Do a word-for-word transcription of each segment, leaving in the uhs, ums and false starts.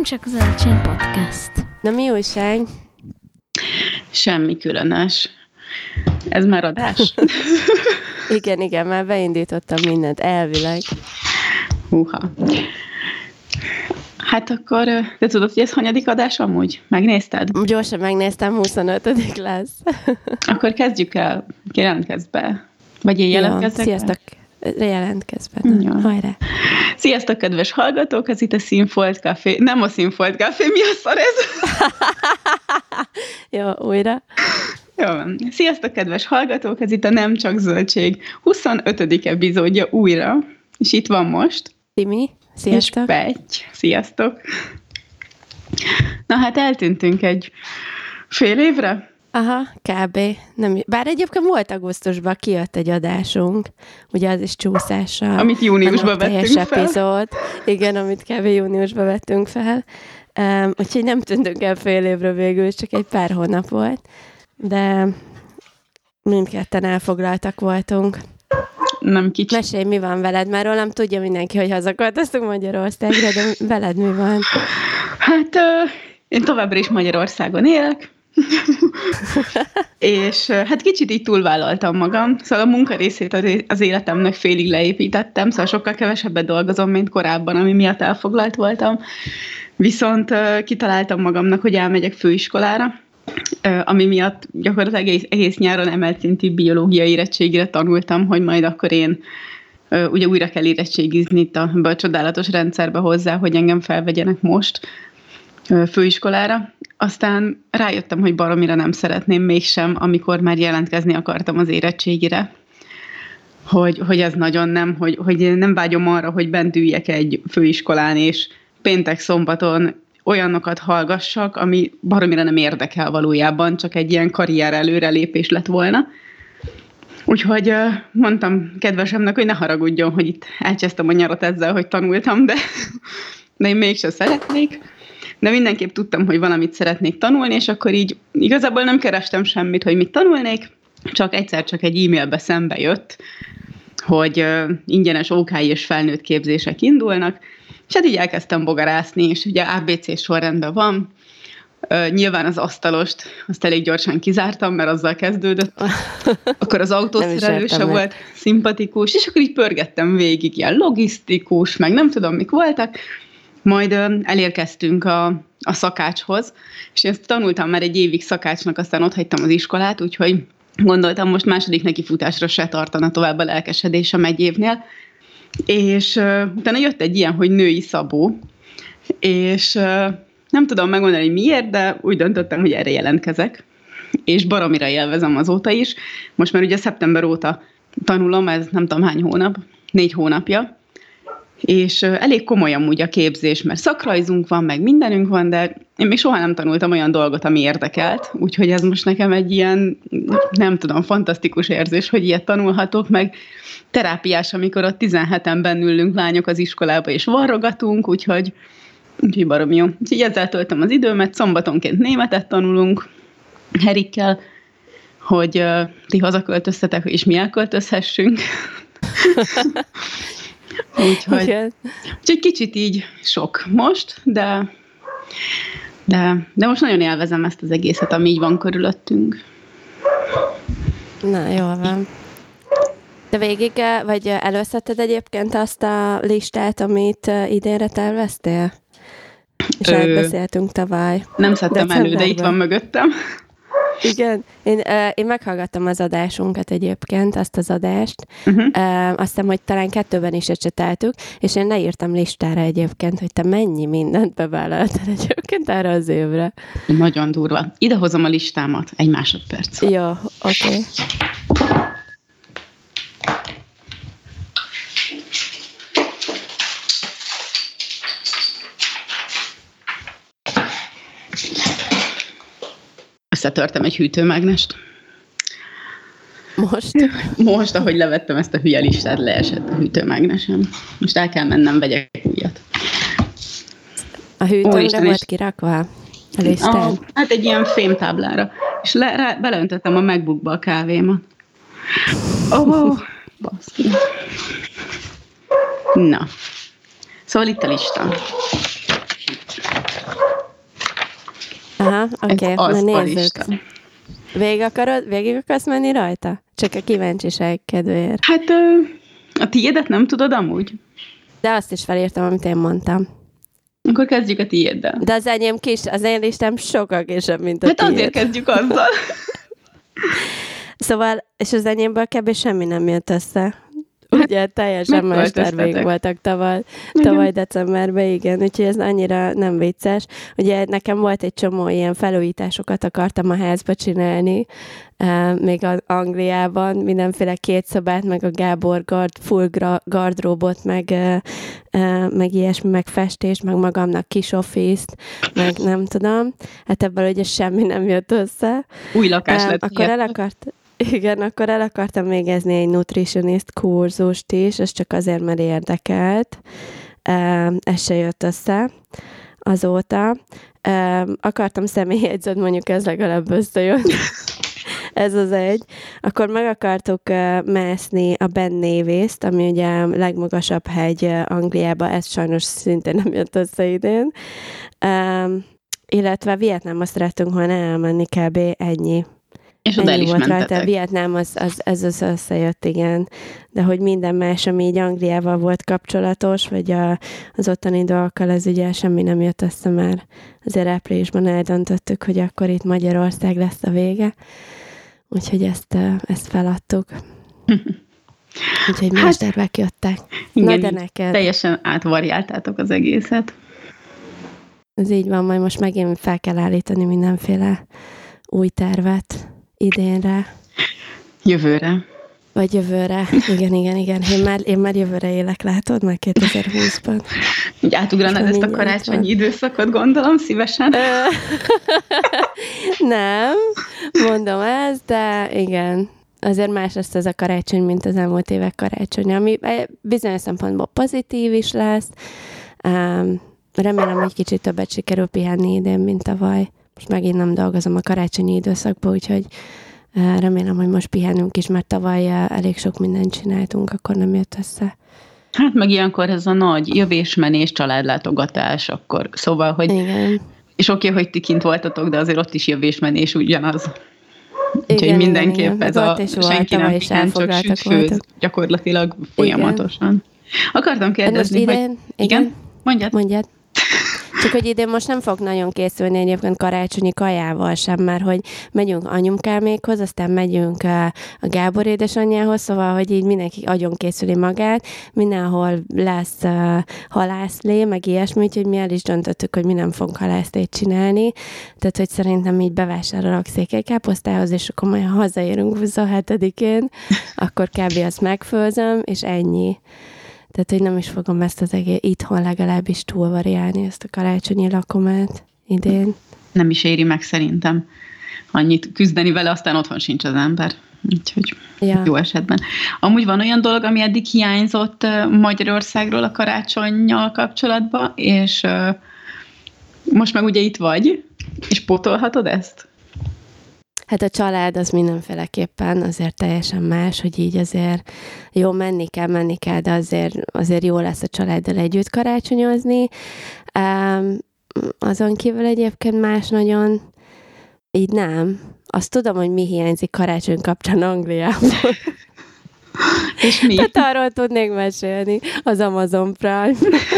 csak Zöldsény Podcast. Na mi újság? Semmi különös. Ez már adás? igen, igen, már beindítottam mindent, elvileg. Húha. Hát akkor, te tudod, hogy ez hanyadik adás amúgy? Megnézted? Gyorsan megnéztem, huszonötödik lesz. Akkor kezdjük el. Jelentkezz be. Vagy én jelentkezzek Jó, sziasztok. Jelentkezz be. Ja. Hajrá. Sziasztok, kedves hallgatók, ez itt a Színfolt Café. Nem a Színfolt Café, mi a szar ez? Jó, újra. Jó van. Sziasztok, kedves hallgatók, ez itt a Nem Csak Zöldség huszonötödik epizódja újra, és itt van most Timi, sziasztok. És Petty, sziasztok. Na hát eltűntünk egy fél évre. Aha, kb. Nem, bár egyébként volt augusztusban, kijött egy adásunk, ugye az is csúszással. Amit júniusban vettünk fel. Epizód. Igen, amit kb. Júniusban vettünk fel. Um, úgyhogy nem tűntünk el fél évre végül, csak egy pár hónap volt. De mindketten elfoglaltak voltunk. Nem kicsit. Mesélj, mi van veled? Már rólam tudja mindenki, hogy hazaköltöztünk Magyarországra, de veled mi van? Hát uh, én továbbra is Magyarországon élek. És hát kicsit így túlvállaltam magam, szóval a munka részét az életemnek félig leépítettem, szóval sokkal kevesebbet dolgozom, mint korábban, ami miatt elfoglalt voltam. Viszont kitaláltam magamnak, hogy elmegyek főiskolára, ami miatt gyakorlatilag egész, egész nyáron emelt szintű biológiai érettségire tanultam, hogy majd akkor én ugye újra kell érettségizni itt a, a csodálatos rendszerbe hozzá, hogy engem felvegyenek most főiskolára. Aztán rájöttem, hogy baromira nem szeretném mégsem, amikor már jelentkezni akartam az érettségire, hogy, hogy ez nagyon nem, hogy, hogy nem vágyom arra, hogy bent üljek egy főiskolán, és péntek-szombaton olyanokat hallgassak, ami baromira nem érdekel valójában, csak egy ilyen karrier előrelépés lett volna. Úgyhogy mondtam kedvesemnek, hogy ne haragudjon, hogy itt elcsesztem a nyarat ezzel, hogy tanultam, de, de én mégsem szeretnék. De mindenképp tudtam, hogy valamit szeretnék tanulni, és akkor így igazából nem kerestem semmit, hogy mit tanulnék, csak egyszer csak egy e-mailbe szembe jött, hogy uh, ingyenes ó ká i és felnőtt képzések indulnak, és hát így elkezdtem bogarászni, és ugye á bé cé sorrendben van. Uh, nyilván az asztalost, azt elég gyorsan kizártam, mert azzal kezdődött. Akkor az autószerelőse volt szimpatikus, és akkor így pörgettem végig, ilyen logisztikus, meg nem tudom, mik voltak. Majd ö, elérkeztünk a, a szakácshoz, és én ezt tanultam már egy évig szakácsnak, aztán ott hagytam az iskolát, úgyhogy gondoltam, most második nekifutásra se tartana tovább a lelkesedésem egy évnél. És ö, utána jött egy ilyen, hogy női szabó, és ö, nem tudom megmondani, hogy miért, de úgy döntöttem, hogy erre jelentkezek, és baromira élvezem azóta is. Most már ugye szeptember óta tanulom, ez nem tudom hány hónap, négy hónapja, és elég komoly amúgy a képzés, mert szakrajzunk van, meg mindenünk van, de én még soha nem tanultam olyan dolgot, ami érdekelt, úgyhogy ez most nekem egy ilyen, nem tudom, fantasztikus érzés, hogy ilyet tanulhatok, meg terápiás, amikor ott tizenheten ülünk lányok az iskolába, és varrogatunk, úgyhogy, úgyhogy baromi jó. Úgyhogy ezzel töltöm az időmet, szombatonként németet tanulunk Herikkel, hogy uh, ti hazaköltöztetek, és mi elköltözhessünk. Úgyhogy, úgyhogy kicsit így sok most, de, de, de most nagyon élvezem ezt az egészet, ami így van körülöttünk. Na, jól van. De végig, vagy előszedted egyébként azt a listát, amit idénre terveztél? És átbeszéltünk tavaly. Nem szedtem elő, de itt van mögöttem. Igen, én, uh, én meghallgattam az adásunkat egyébként, azt az adást. Uh-huh. Uh, azt hiszem, hogy talán kettőben is ecseteltük, és én leírtam listára egyébként, hogy te mennyi mindent bevállaltad egyébként erre az évre. Nagyon durva. Idehozom a listámat, egy másodperc. Jó, oké. Okay. Összetörtem egy hűtőmágnest. Most? Most, ahogy levettem ezt a hülye listát, leesett a hűtőmágnesem. Most el kell mennem, vegyek újat. A hűtőre volt kirakva? A listán? Ah, hát egy ilyen fémtáblára. És le, rá, beleöntöttem a MacBookba a kávémat. Ó, oh, baszki. Na. Szóval itt a lista. Aha, oké, okay, na nézzük. Végig akarod, végig akarsz menni rajta? Csak a kíváncsiság kedvéért. Hát a tiédet nem tudod amúgy? De azt is felírtam, amit én mondtam. Akkor kezdjük a tiéddel. De az enyém kis, az én listám sokkal kisebb, mint a hát tiéd. Hát azért kezdjük azzal. Szóval, és az enyémből kb. Semmi nem jött össze. Ugye teljesen más terveink voltak tavaly, tavaly decemberben, igen, úgyhogy ez annyira nem vicces. Ugye nekem volt egy csomó ilyen felújításokat akartam a házba csinálni, uh, még az Angliában, mindenféle kétszobát, meg a Gábor gard, full gardróbot, meg, uh, uh, meg ilyesmi, meg festést, meg magamnak kis office-t, meg nem tudom. Hát ebből ugye semmi nem jött össze. Új lakás uh, lett. Akkor el akart... Igen, akkor el akartam végezni egy nutritionist kurzust is, ez csak azért, mert érdekelt. Ez se jött össze azóta. Akartam személyjegyzőt, mondjuk ez legalább összejött. Ez az egy. Akkor meg akartuk mászni a Ben Nevis-t, ami ugye a legmagasabb hegy Angliában, ez sajnos szintén nem jött össze idén. Illetve Vietnámba szerettünk volna elmenni, kb. Ennyi. És oda el is volt mentetek. rajta. Vietnám, az, az, ez az összejött, igen. De hogy minden más, ami így Angliával volt kapcsolatos, vagy a, az ottani dolgokkal, ez ugye semmi nem jött össze már. Azért áprilisban eldöntöttük, hogy akkor itt Magyarország lesz a vége. Úgyhogy ezt, ezt feladtuk. Úgyhogy más hát, tervek jöttek. Igen, na de neked. Teljesen átvariáltátok az egészet. Ez így van, majd most megint fel kell állítani mindenféle új tervet idénre. Jövőre. Vagy jövőre. Igen, igen, igen. Én már, én már jövőre élek, látod? Már kétezer-húszban. Így átugranád ezt a karácsonyi időszakot, gondolom, szívesen? Nem, mondom ezt, de igen. Azért más lesz ez a karácsony, mint az elmúlt évek karácsonya, ami bizonyos szempontból pozitív is lesz. Remélem, hogy kicsit többet sikerül pihenni idén, mint tavaly. Most megint nem dolgozom a karácsonyi időszakban, úgyhogy remélem, hogy most pihenünk is, mert tavaly elég sok mindent csináltunk, akkor nem jött össze. Hát meg ilyenkor ez a nagy jövésmenés, családlátogatás, akkor szóval, hogy... Igen. És oké, okay, hogy ti kint voltatok, de azért ott is jövésmenés ugyanaz. Úgyhogy igen, mindenképp igen, ez a senki nem pihen, csak süt, főz, gyakorlatilag folyamatosan. Igen. Akartam kérdezni, idén, hogy... Igen? Igen? Mondjad. Mondjad. Csak hogy idén most nem fog nagyon készülni egyébként karácsonyi kajával sem, mert hogy megyünk anyukámékhoz, aztán megyünk a Gábor édesanyjához, szóval, hogy így mindenki agyon készüli magát, mindenhol lesz uh, halászlé, meg ilyesmi, úgyhogy mi el is döntöttük, hogy mi nem fogunk halászlét csinálni, tehát hogy szerintem így bevásárolok székelykáposztához, és akkor majd hazaérünk huszonhetedikén, akkor kb. Azt megfőzöm, és ennyi. Tehát, hogy nem is fogom ezt az egész itthon legalábbis túlvariálni, ezt a karácsonyi lakomát idén. Nem is éri meg szerintem annyit küzdeni vele, aztán otthon sincs az ember. Úgyhogy ja. Jó esetben. Amúgy van olyan dolog, ami eddig hiányzott Magyarországról a karácsonnyal kapcsolatban, és most meg ugye itt vagy, és pótolhatod ezt? Hát a család az mindenféleképpen azért teljesen más, hogy így azért jó, menni kell, menni kell, de azért, azért jó lesz a családdal együtt karácsonyozni. Um, azon kívül egyébként más nagyon így nem. Azt tudom, hogy mi hiányzik karácsony kapcsán Angliában. És mi? Tehát arról tudnék mesélni az Amazon Prime.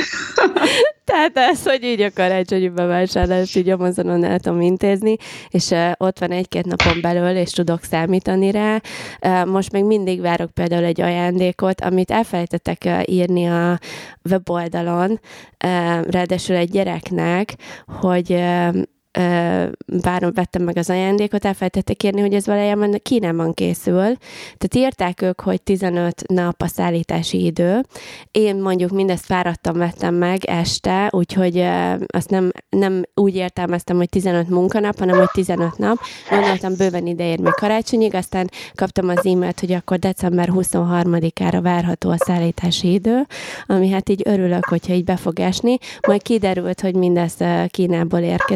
Tehát ez, hogy így a karácsonyi bevásárlást így Amazonon el tudom intézni, és uh, ott van egy-két napon belül, és tudok számítani rá. Uh, most még mindig várok például egy ajándékot, amit elfelejtettek uh, írni a weboldalon, uh, ráadásul egy gyereknek, hogy uh, várom, vettem meg az ajándékot, elfelejtettek írni, hogy ez valójában Kínában készül. Tehát írták ők, hogy tizenöt nap a szállítási idő. Én mondjuk mindezt fáradtam, vettem meg este, úgyhogy azt nem, nem úgy értelmeztem, hogy tizenöt munkanap, hanem hogy tizenöt nap. Gondoltam, bőven ideér még karácsonyig, aztán kaptam az e-mailt, hogy akkor december huszonharmadikára várható a szállítási idő, ami hát így örülök, hogyha így be fog esni. Majd kiderült, hogy mindez Kínából érkezik,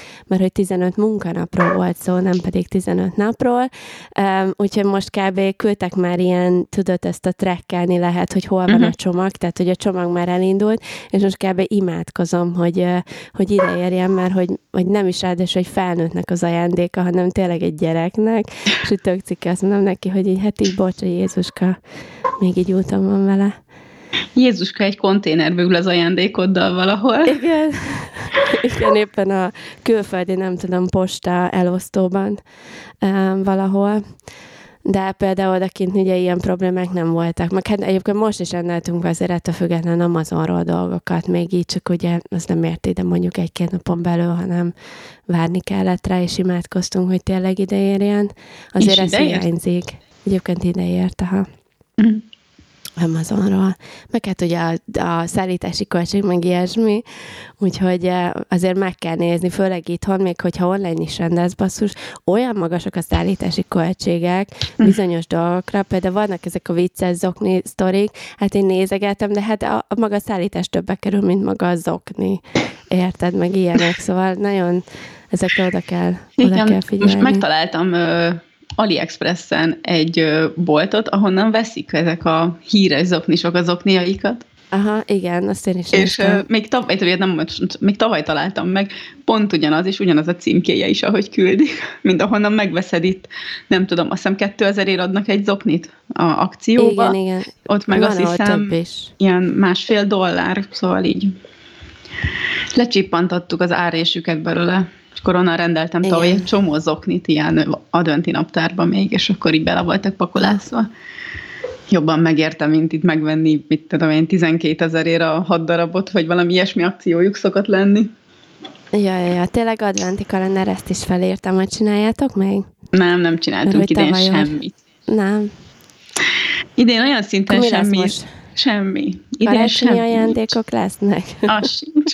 mert hogy tizenöt munkanapról volt szó, nem pedig tizenöt napról. Um, úgyhogy most kb. Küldtek már ilyen, tudod, ezt a trekkelni lehet, hogy hol van uh-huh. a csomag, tehát hogy a csomag már elindult, és most kb. Imádkozom, hogy, hogy ide érjen, mert hogy, hogy nem is ráadásul egy felnőttnek az ajándéka, hanem tényleg egy gyereknek, és úgy tök cikke, azt mondom neki, hogy így, hát így bocs, Jézuska, még így úton van vele. Jézuska egy konténerbe ül az ajándékoddal valahol. Igen, igen, éppen a külföldi, nem tudom, posta elosztóban um, valahol. De például odakint ugye ilyen problémák nem voltak. Meg hát egyébként most is rendeltünk azért ettől független Amazonról dolgokat, még így csak ugye az nem ért ide mondjuk egy-két napon belül, hanem várni kellett rá, és imádkoztunk, hogy tényleg ide érjen. Azért ez hiányzik. Egyébként ide ért, aha. Mm. Amazonról. Meg hát ugye a, a szállítási költség, meg ilyesmi, úgyhogy azért meg kell nézni, főleg itthon, még hogyha online is rendelsz, basszus, olyan magasak a szállítási költségek bizonyos hm. dolgokra, például vannak ezek a vicces zokni sztorik, hát én nézegeltem, de hát a, a maga szállítás többe kerül, mint maga a zokni. Érted, meg ilyenek, szóval nagyon ezekre oda kell, oda Igen, kell figyelni. Most megtaláltam ö- AliExpressen egy ö, boltot, ahonnan veszik ezek a híres zoknisok az zokniaikat. Aha, igen, azt én is És ö, még, tavaly, nem, még tavaly találtam meg, pont ugyanaz, és ugyanaz a címkéje is, ahogy küldik, mint ahonnan megveszed itt, nem tudom, azt hiszem kétezer-ért adnak egy zoknit a akcióba. Igen, igen. Ott meg van, azt hiszem ilyen másfél dollár, szóval így lecsippantottuk az árésüket belőle. És akkor onnan rendeltem tavaly egy csomó zoknit ilyen adventi naptárba még, és akkor így bele voltak pakolászva. Jobban megérte, mint itt megvenni, mit tudom én, tizenkétezerért a hat darabot, vagy valami ilyesmi akciójuk szokott lenni. Ja, ja, ja. Tényleg adventi kalender, ezt is felírtam, hogy csináljátok még? Nem, nem csináltunk mert, idén semmit. Nem. Idén olyan szinten semmi. Semmi. Idén karácsonyi semmi ajándékok lesznek? Az sincs.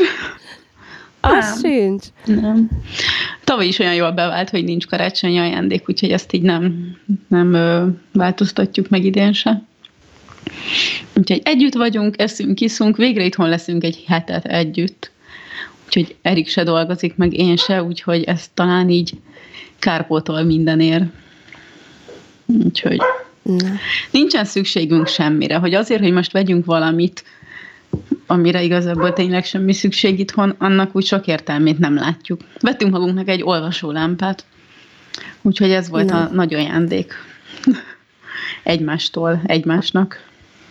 Az sincs. Nem. Tavaly is olyan jól bevált, hogy nincs karácsonyi ajándék, úgyhogy ezt így nem, nem ö, változtatjuk meg idén se. Úgyhogy együtt vagyunk, eszünk, iszunk, végre itthon leszünk egy hetet együtt. Úgyhogy Erik se dolgozik, meg én se, úgyhogy ez talán így kárpótol mindenért. Úgyhogy Na. nincsen szükségünk semmire, hogy azért, hogy most vegyünk valamit, amire igazából tényleg semmi szükség itthon, annak úgy sok értelmét nem látjuk. Vettünk magunknak egy olvasólámpát, úgyhogy ez volt Na. a nagy ajándék egymástól, egymásnak.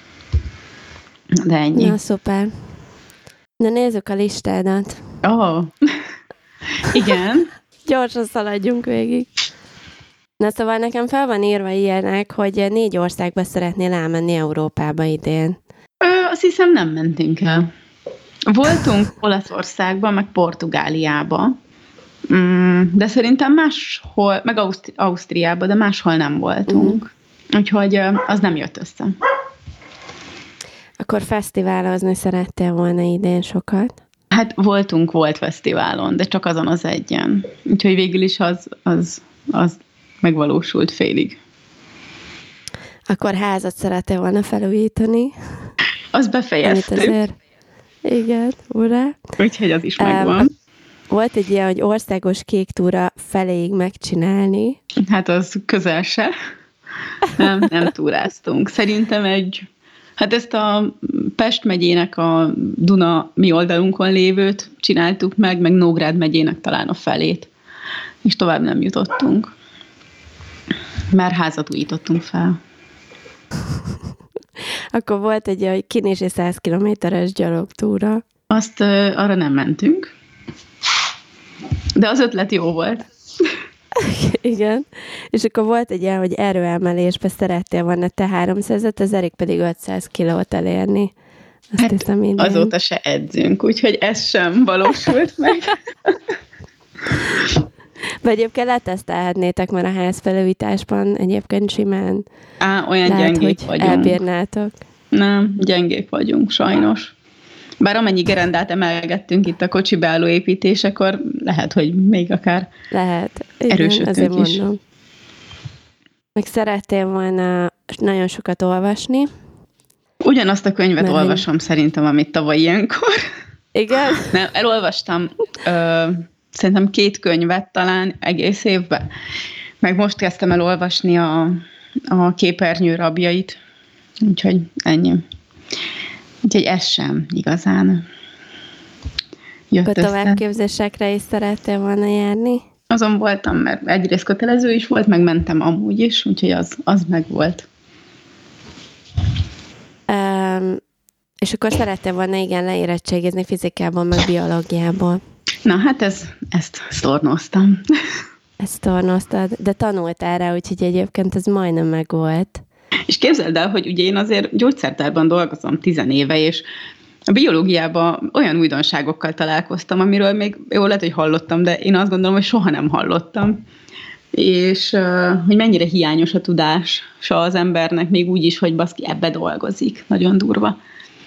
De ennyi. Na, szuper. Na, nézzük a listádat. Ó, oh. Igen. Gyorsan szaladjunk végig. Na, szóval nekem fel van írva ilyenek, hogy négy országba szeretnél elmenni Európába idén. Ö, azt hiszem nem mentünk el. Voltunk Olaszországban, meg Portugáliába, de szerintem máshol, meg Ausztri- Ausztriában, de máshol nem voltunk. Mm. Úgyhogy az nem jött össze. Akkor fesztiválozni szerettél volna idén sokat? Hát voltunk, volt fesztiválon, de csak azon az egyen. Úgyhogy végül is az, az, az megvalósult félig. Akkor házat szerettél volna felújítani? Azt befejeztük. Azért... Igen, ura. Úgyhogy az is megvan. Um, volt egy ilyen, hogy országos kék túra feléig megcsinálni. Hát az közel se. Nem, nem túráztunk. Szerintem egy, hát ezt a Pest megyének a Duna mi oldalunkon lévőt csináltuk meg, meg Nógrád megyének talán a felét. És tovább nem jutottunk. Mert házat újítottunk fel. Akkor volt egy olyan kinési száz kilométeres gyalogtúra. Azt uh, arra nem mentünk. De az ötlet jó volt. Igen. És akkor volt egy ilyen, hogy erőemelésbe szerettél volna te háromszázat, az Erik pedig ötszáz kilót elérni. Azt hát hiszem minden. Azóta se edzünk, úgyhogy ez sem valósult meg. Vagy egyébként letesztelhetnétek már a házfelújításban, egyébként simán. Á, olyan lehet, gyengék hogy vagyunk. Elbírnátok. Nem, gyengék vagyunk, sajnos. Bár amennyi gerendát emelgettünk itt a kocsi beállóépítésekor, lehet, hogy még akár lehet. Igen, erősödtünk azért is. Mondom. Meg szerettél volna nagyon sokat olvasni. Ugyanazt a könyvet Mert olvasom én... szerintem, amit tavaly ilyenkor. Igen? Nem, elolvastam ö, szerintem két könyvet talán egész évben. Meg most kezdtem el olvasni a, a Képernyő rabjait, úgyhogy ennyi. Úgyhogy ez sem igazán jött Akkor össze. továbbképzésekre is szerettél volna járni? Azon voltam, mert egyrészt kötelező is volt, meg mentem amúgy is, úgyhogy az, az meg volt. Um, és akkor szerettél volna igen leérettségizni fizikából, meg biológiából. Na, hát ez, ezt sztornoztam. Ezt tornoztad, de tanultál rá, úgyhogy egyébként ez majdnem megvolt. És képzeld el, hogy ugye én azért gyógyszertárban dolgozom tizenéve, és a biológiában olyan újdonságokkal találkoztam, amiről még jól lehet, hogy hallottam, de én azt gondolom, hogy soha nem hallottam. És uh, hogy mennyire hiányos a tudása az embernek, még úgy is, hogy baszki ebbe dolgozik. Nagyon durva.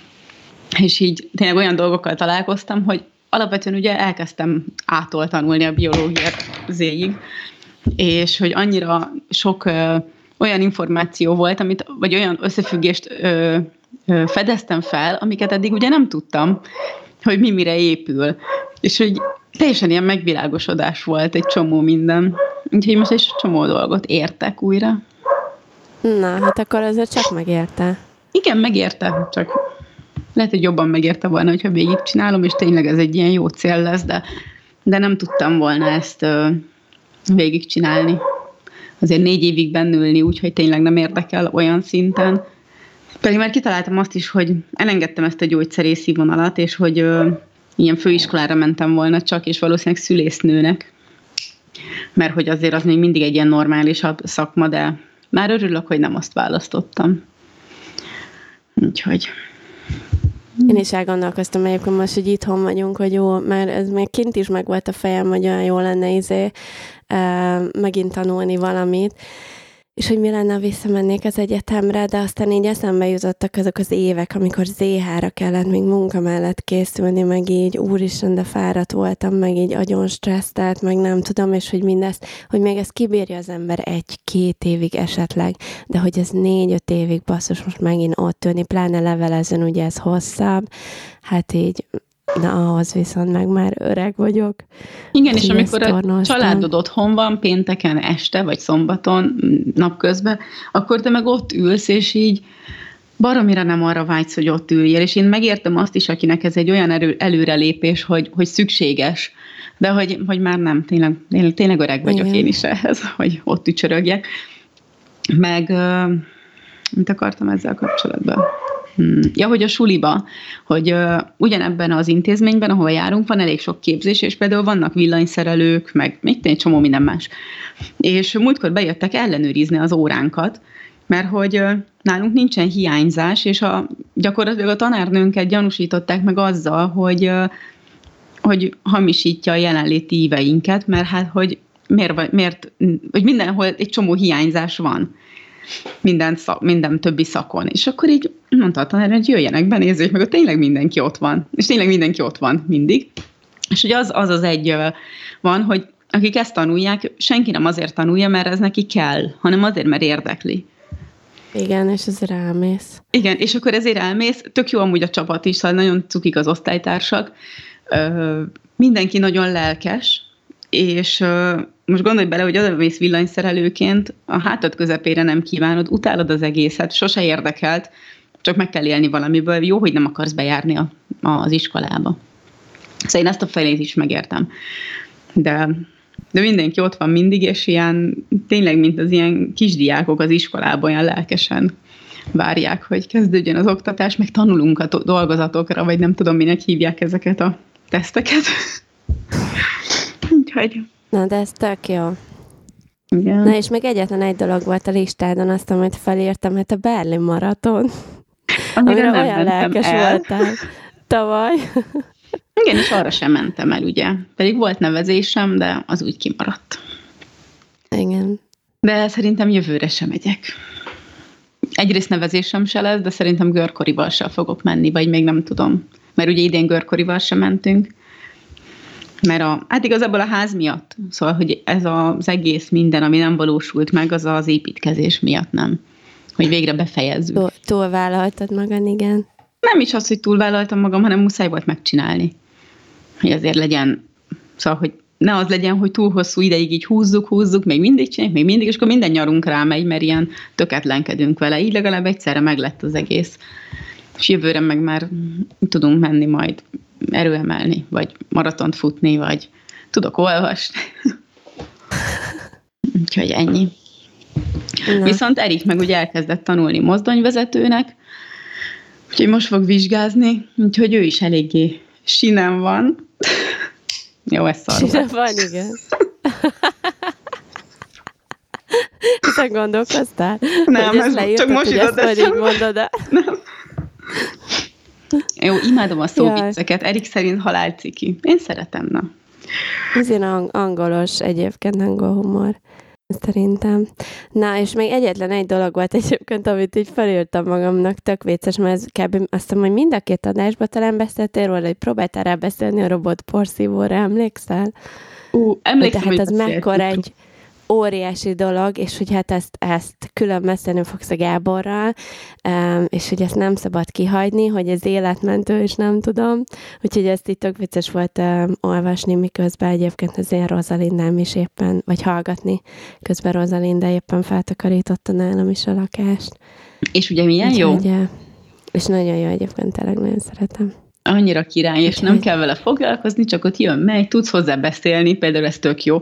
És így tényleg olyan dolgokkal találkoztam, hogy alapvetően ugye elkezdtem ától tanulni a biológiát zéig, és hogy annyira sok ö, olyan információ volt, amit, vagy olyan összefüggést ö, ö, fedeztem fel, amiket eddig ugye nem tudtam, hogy mi mire épül. És hogy teljesen ilyen megvilágosodás volt egy csomó minden. Úgyhogy most egy csomó dolgot értek újra. Na, hát akkor azért csak megérte. Igen, megérte, csak lehet, hogy jobban megérte volna, hogyha végigcsinálom, és tényleg ez egy ilyen jó cél lesz, de, de nem tudtam volna ezt uh, végigcsinálni. Azért négy évig bennülni, úgyhogy tényleg nem érdekel olyan szinten. Pedig már kitaláltam azt is, hogy elengedtem ezt a gyógyszerészi vonalat, és hogy uh, ilyen főiskolára mentem volna csak, és valószínűleg szülésznőnek. Mert hogy azért az még mindig egy ilyen normálisabb szakma, de már örülök, hogy nem azt választottam. Úgyhogy... Én is elgondolkoztam egyébként most, hogy itthon vagyunk, hogy jó, mert ez még kint is meg volt a fejem, hogy olyan jó lenne izé, megint tanulni valamit, és hogy mi lenne, ha visszamennék az egyetemre, de aztán így eszembe jutottak azok az évek, amikor zé há-ra kellett még munka mellett készülni, meg így úristen, de fáradt voltam, meg így agyon stressztelt, meg nem tudom, és hogy mindezt, hogy még ezt kibírja az ember egy-két évig esetleg, de hogy ez négy-öt évig basszus most megint ott ülni, pláne levelezzen, ugye ez hosszabb, hát így na, ahhoz viszont meg már öreg vagyok. Igen, és amikor a családod otthon van, pénteken este, vagy szombaton, napközben, akkor te meg ott ülsz, és így baromira nem arra vágysz, hogy ott üljél. És én megértem azt is, akinek ez egy olyan erő, előrelépés, hogy, hogy szükséges, de hogy, hogy már nem, tényleg, tényleg öreg vagyok. Igen. Én is ehhez, hogy ott ücsörögjek. Meg, mit akartam ezzel kapcsolatban? Hmm. Ja, hogy a suliba, hogy uh, ugyanebben az intézményben, ahol járunk, van elég sok képzés, és például vannak villanyszerelők, meg még egy csomó minden más. És múltkor bejöttek ellenőrizni az óránkat, mert hogy uh, nálunk nincsen hiányzás, és a, gyakorlatilag a tanárnőnket gyanúsították meg azzal, hogy, uh, hogy hamisítja a jelenléti íveinket, mert hát, hogy miért, miért, hogy mindenhol egy csomó hiányzás van. Minden, szak, minden többi szakon. És akkor így mondta a tanár, hogy jöjjenek be, nézzék meg, hogy tényleg mindenki ott van. És tényleg mindenki ott van mindig. És hogy az az, az egy van, hogy akik ezt tanulják, senki nem azért tanulja, mert ez neki kell, hanem azért, mert érdekli. Igen, és ezért elmész. Igen, és akkor ezért elmész. Tök jó amúgy a csapat is, szóval nagyon cukik az osztálytársak. Mindenki nagyon lelkes, és most gondolj bele, hogy odamész villanyszerelőként, a hátad közepére nem kívánod, utálod az egészet, sose érdekelt, csak meg kell élni valamiből. Jó, hogy nem akarsz bejárni a, az iskolába. Szóval én ezt a felét is megértem. De, de mindenki ott van mindig, és ilyen, tényleg, mint az ilyen kisdiákok az iskolában olyan lelkesen várják, hogy kezdődjön az oktatás, meg tanulunk a dolgozatokra, vagy nem tudom, minek hívják ezeket a teszteket. Úgyhogy... Na, de ez tök jó. Igen. Na, és még egyetlen egy dolog volt a listádon, azt, amit felírtam, hát a Berlin maraton. Amire, amire olyan lelkes el. voltál tavaly. Igen, és arra sem mentem el, ugye. Pedig volt nevezésem, de az úgy kimaradt. Igen. De szerintem jövőre sem megyek. Egyrészt nevezésem se lesz, de szerintem görkorival sem fogok menni, vagy még nem tudom. Mert ugye idén görkorival sem mentünk. Mert a, hát igazából a ház miatt. Szóval, hogy ez az egész minden, ami nem valósult meg, az az építkezés miatt nem. Hogy végre befejezzük. Túl, túlvállaltad magad, igen. Nem is az, hogy túlvállaltam magam, hanem muszáj volt megcsinálni. Hogy azért legyen, szóval, hogy ne az legyen, hogy túl hosszú ideig így húzzuk, húzzuk, még mindig csináljuk, még mindig, és akkor minden nyarunk rámegy, mert ilyen töketlenkedünk vele. Így legalább egyszerre meg lett az egész. És jövőre meg már tudunk menni majd erőemelni, vagy maratont futni, vagy tudok olvasni. Úgyhogy ennyi. Na. Viszont Erik meg ugye elkezdett tanulni mozdonyvezetőnek, úgyhogy most fog vizsgázni, úgyhogy ő is eléggé sinem van. Jó, ez szar. Sinem van, igen. Ezen gondolkoztál? Nem, ez csak most jutott eszembe. Mondod, nem. Jó, imádom a szóvicceket. Erik szerint halálciki. Én szeretem, na. Ez ilyen ang- angolos egyébként, angol humor. Szerintem. Na, és még egyetlen egy dolog volt egyébként, amit így felírtam magamnak, tök vicces, mert ez kb. Azt hiszem, hogy mind a két adásban talán beszéltél róla, hogy próbáltál rá beszélni a robot porszívóra, emlékszel? Ú, uh, emlékszem, hogy hát az mekkora egy óriási dolog, és hogy hát ezt, ezt külön beszélni fogsz a Gáborral, és hogy ezt nem szabad kihagyni, hogy ez életmentő, és nem tudom. Úgyhogy ezt itt tök vicces volt olvasni, miközben egyébként az én Rosalindám is éppen, vagy hallgatni, közben Rosalinda éppen feltakarította nálam is a lakást. És ugye milyen Úgyhogy, jó? Ugye, és nagyon jó egyébként, tényleg nagyon szeretem. Annyira király, és Úgyhogy... nem kell vele foglalkozni, csak ott jön, megy, tudsz hozzá beszélni, például ez tök jó.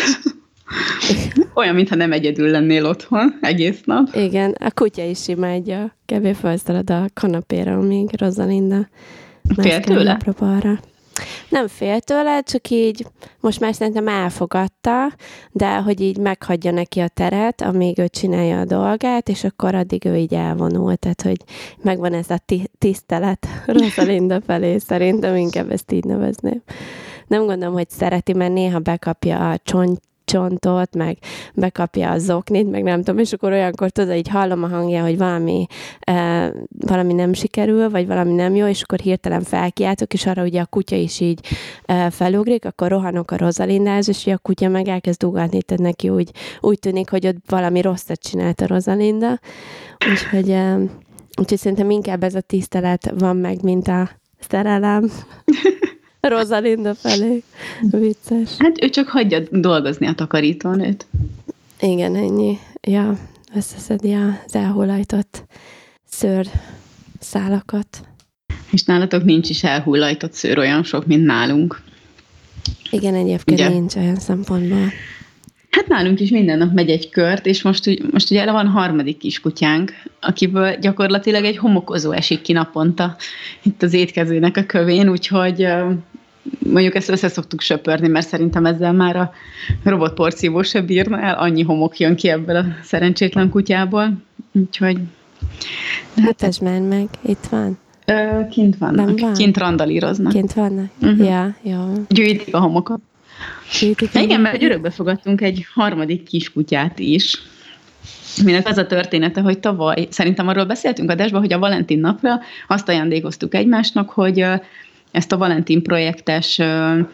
Olyan, mintha nem egyedül lennél otthon egész nap. Igen, a kutya is imádja. Kb. Felszalad a kanapéra, amíg Rosalinda fél tőle? Balra. Nem fél tőle, csak így most már szerintem elfogadta, de hogy így meghagyja neki a teret, amíg ő csinálja a dolgát, és akkor addig ő így elvonul. Tehát, hogy megvan ez a tisztelet Rosalinda felé, szerintem inkább ezt így nevezném. Nem gondolom, hogy szereti, mert néha bekapja a csont csontot, meg bekapja a zoknit, meg nem tudom, és akkor olyankor tudod, így hallom a hangja, hogy valami, e, valami nem sikerül, vagy valami nem jó, és akkor hirtelen felkiáltok, és arra ugye a kutya is így e, felugrik, akkor rohanok a Rosalindához, és a kutya meg elkezd ugatni, tehát neki úgy, úgy tűnik, hogy ott valami rosszat csinált a Rosalinda. Úgyhogy, e, úgyhogy szerintem inkább ez a tisztelet van meg, mint a szerelem. Rosalinda felé. Vicces. Hát ő csak hagyja dolgozni a takarítónőt. Igen, ennyi. Ja, összeszedi az elhullajtott szőr szálakat. És nálatok nincs is elhullajtott szőr olyan sok, mint nálunk. Igen, egyébként ugye? Nincs olyan szempontból. Hát nálunk is minden nap megy egy kört, és most, most ugye van harmadik kiskutyánk, akiből gyakorlatilag egy homokozó esik ki naponta itt az étkezőnek a kövén, úgyhogy mondjuk ezt össze szoktuk söpörni, mert szerintem ezzel már a robotporszívó se bírna el, annyi homok jön ki ebből a szerencsétlen kutyából, úgyhogy... Hát ez már meg, itt van. Ö, kint vannak, van? Kint randalíroznak. Kint vannak? Uh-huh. Ja, jó. Gyűjtik a homokat. Gyűjtik igen, mert örökbe fogadtunk egy harmadik kiskutyát is, minek az a története, hogy tavaly, szerintem arról beszéltünk adásban, hogy a Valentin napra azt ajándékoztuk egymásnak, hogy ezt a Valentin projektes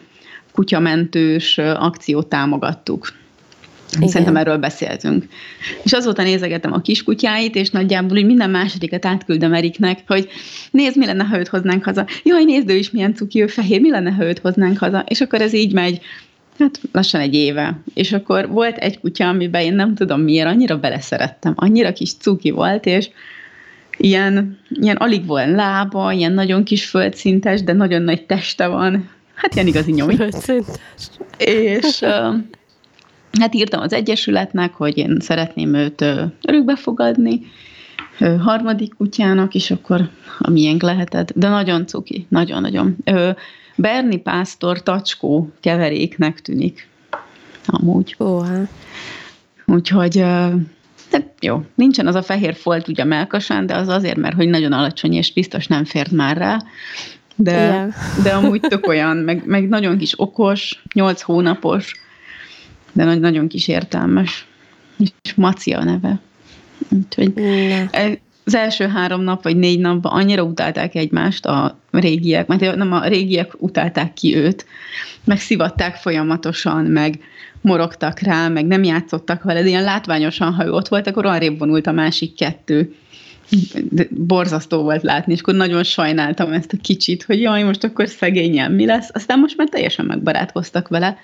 kutyamentős akciót támogattuk. Igen. Szerintem erről beszéltünk. És azóta nézegetem a kiskutyáit, és nagyjából úgy minden másodikat átküldöm Eriknek, hogy nézd, mi lenne, ha őt hoznánk haza. Jaj, nézd, ő is milyen cuki, ő fehér, mi lenne, ha őt hoznánk haza. És akkor ez így megy, hát lassan egy éve. És akkor volt egy kutya, amiben én nem tudom miért, annyira beleszerettem, annyira kis cuki volt, és ilyen, ilyen alig volt lába, ilyen nagyon kis földszintes, de nagyon nagy teste van. Hát ilyen igazi nyomi. Földszintes. És... Hát írtam az Egyesületnek, hogy én szeretném őt örökbe fogadni, harmadik kutyának, és akkor a miénk lehetett, de nagyon cuki, nagyon-nagyon. Berni pásztor tacskó keveréknek tűnik, amúgy. Óha. Úgyhogy, de jó, nincsen az a fehér folt ugye a melkasán, de az azért, mert hogy nagyon alacsony, és biztos nem fért már rá, de, yeah. de amúgy tök olyan, meg, meg nagyon kis okos, nyolc hónapos, de nagy, nagyon kis értelmes. És Maci a neve. Úgyhogy az első három nap, vagy négy napban annyira utálták egymást a régiek, mert nem a régiek utálták ki őt, meg szivatták folyamatosan, meg morogtak rá, meg nem játszottak vele, de ilyen látványosan, ha ő ott volt, akkor arrébb vonult a másik kettő. De borzasztó volt látni, és akkor nagyon sajnáltam ezt a kicsit, hogy jaj, most akkor szegényen mi lesz. Aztán most már teljesen megbarátkoztak vele,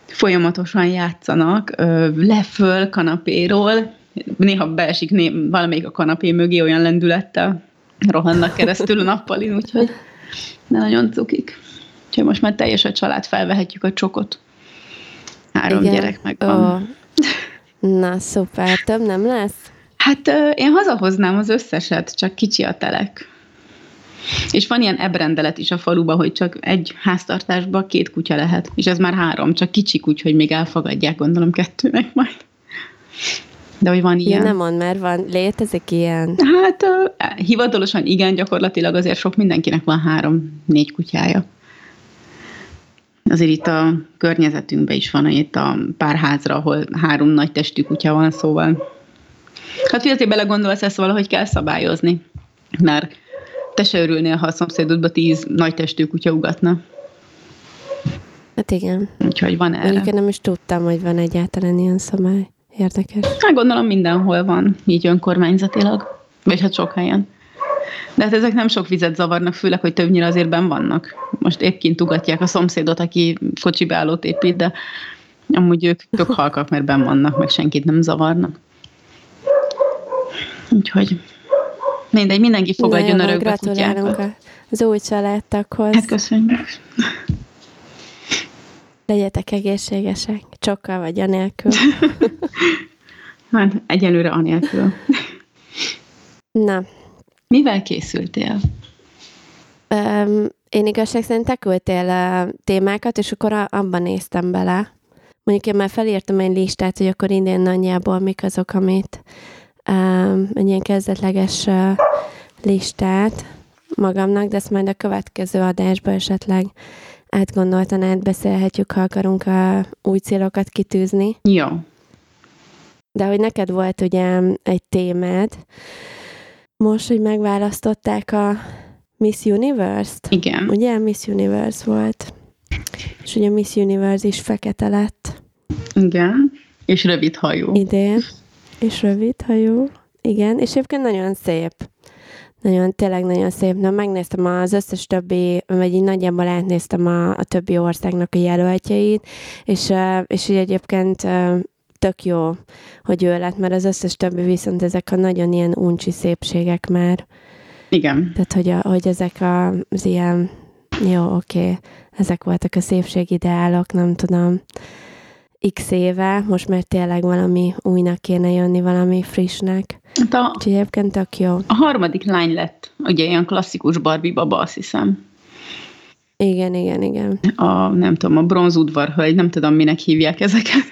folyamatosan játszanak, le-föl kanapéról, néha beesik né- valamelyik a kanapé mögé, olyan lendülettel rohannak keresztül a nappalin, úgyhogy de nagyon cukik. Úgyhogy most már teljes a család, felvehetjük a csokot. Három Igen. gyerek megvan. Oh. Na, szuper. Több nem lesz? Hát én hazahoznám az összeset, csak kicsi a telek. És van ilyen ebrendelet is a faluban, hogy csak egy háztartásban két kutya lehet. És ez már három, csak kicsik, úgyhogy még elfogadják, gondolom kettőnek majd. De hogy van ilyen. Ja, nem mond, mert van, létezik ilyen. Hát uh, hivatalosan igen, gyakorlatilag azért sok mindenkinek van három-négy kutyája. Azért itt a környezetünkben is van, itt a pár házra, ahol három nagy testű kutya van, szóval. Hát figyelj, belegondolsz, ezt valahogy kell szabályozni. Mert te se örülnél, ha a szomszédodba tíz nagy testű kutya ugatna. Hát igen. Úgyhogy van erre. Mondjuk én nem is tudtam, hogy van egyáltalán ilyen szabály. Érdekes. Hát gondolom mindenhol van, így önkormányzatilag. Vagy hát sok helyen. De hát ezek nem sok vizet zavarnak, főleg, hogy többnyire azért benn vannak. Most épp kint ugatják a szomszédot, aki kocsibeállót épít, de amúgy ők tök halkak, mert benn vannak, meg senkit nem zavarnak. Úgyhogy mindegy, mindenki fogadjon örökbe kutyákat. Az új családtaghoz. Hát köszönjük. Legyetek egészségesek, csokkal vagy anélkül. Hát egyelőre anélkül. Na. Mivel készültél? Um, én igazság szerint te küldtél uh, témákat, és akkor a, abban néztem bele. Mondjuk én már felírtam egy listát, hogy akkor idén nagyjából mik azok, amit um, egy ilyen kezdetleges uh, listát magamnak, de ezt majd a következő adásban esetleg átgondoltan átbeszélhetjük, ha akarunk uh, új célokat kitűzni. Jó. De hogy neked volt ugye egy témád, most, hogy megválasztották a Miss Universe-t. Igen. Ugye Miss Universe volt. És ugye Miss Universe is fekete lett. Igen. És rövid hajú. Idén. És rövid hajú. Igen. És egyébként nagyon szép. Nagyon, tényleg nagyon szép. Na, megnéztem az összes többi, vagy így nagyjából átnéztem a, a többi országnak a jelöltjeit, és, és így egyébként tök jó, hogy ő lett, mert az összes többi viszont ezek a nagyon ilyen uncsi szépségek már. Igen. Tehát, hogy, a, hogy ezek a, az ilyen, jó, oké, okay, ezek voltak a szépségideálok, nem tudom, x éve, most már tényleg valami újnak kéne jönni, valami frissnek. Hát a, úgyhogy egyébként tök jó. A harmadik lány lett, ugye ilyen klasszikus Barbie baba, azt hiszem. Igen, igen, igen. A, nem tudom, a bronzudvarhölgy, nem tudom, minek hívják ezeket.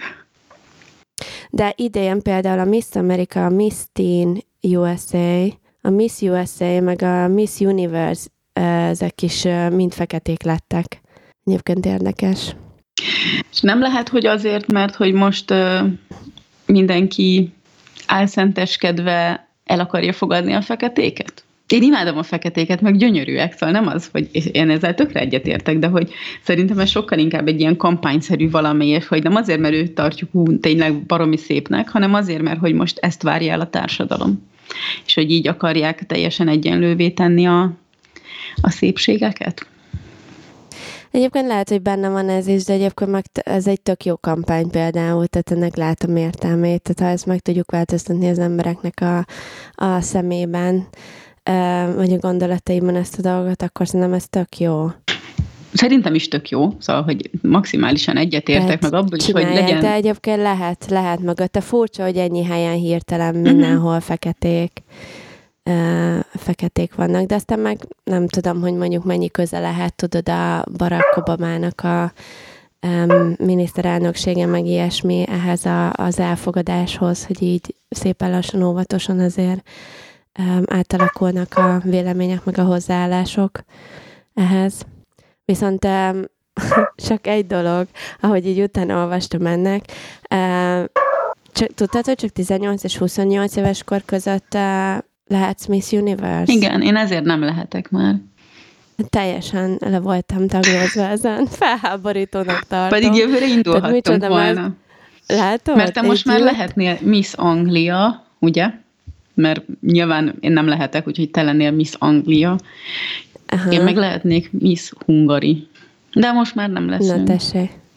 De idén például a Miss America, a Miss Teen u es á, a Miss u es á, meg a Miss Universe, ezek is mind feketék lettek. Egyébként érdekes. És nem lehet, hogy azért, mert hogy most uh, mindenki álszenteskedve el akarja fogadni a feketéket? Én imádom a feketéket, meg gyönyörűek, szóval nem az, hogy én ezzel tökre egyetértek, de hogy szerintem ez sokkal inkább egy ilyen kampányszerű valami, és hogy nem azért, mert őt tartjuk hú, tényleg baromi szépnek, hanem azért, mert hogy most ezt várja el a társadalom. És hogy így akarják teljesen egyenlővé tenni a, a szépségeket. Egyébként lehet, hogy benne van ez is, de egyébként meg ez egy tök jó kampány például, tehát ennek látom értelmét, tehát ha ezt meg tudjuk változtatni az embereknek a, a szemében, vagy a gondolataiban ezt a dolgot, akkor szerintem ez tök jó. Szerintem is tök jó, szóval, hogy maximálisan egyetértek, meg abból is, hogy legyen... De egyébként lehet, lehet mögötte. Furcsa, hogy ennyi helyen hirtelen mindenhol uh-huh. feketék, uh, feketék vannak, de aztán meg nem tudom, hogy mondjuk mennyi köze lehet, tudod, a Barack Obamának a um, miniszterelnöksége, meg ilyesmi ehhez a, az elfogadáshoz, hogy így szépen lassan, óvatosan azért um, átalakulnak a vélemények, meg a hozzáállások ehhez. Viszont um, csak egy dolog, ahogy így utána olvastam ennek, uh, csak, tudtad, hogy csak tizennyolc és huszonnyolc éves kor között uh, lehetsz Miss Universe? Igen, én ezért nem lehetek már. Teljesen le voltam taglózva ezen. Felháborítónak tartom. Pedig jövőre indulhattunk volna. Ez... Látod? Mert te most egy már lehetnél Miss Anglia, ugye? Mert nyilván én nem lehetek, úgyhogy te lennél Miss Anglia. Aha. Én meg lehetnék Miss Hungary. De most már nem leszünk. Na tessék.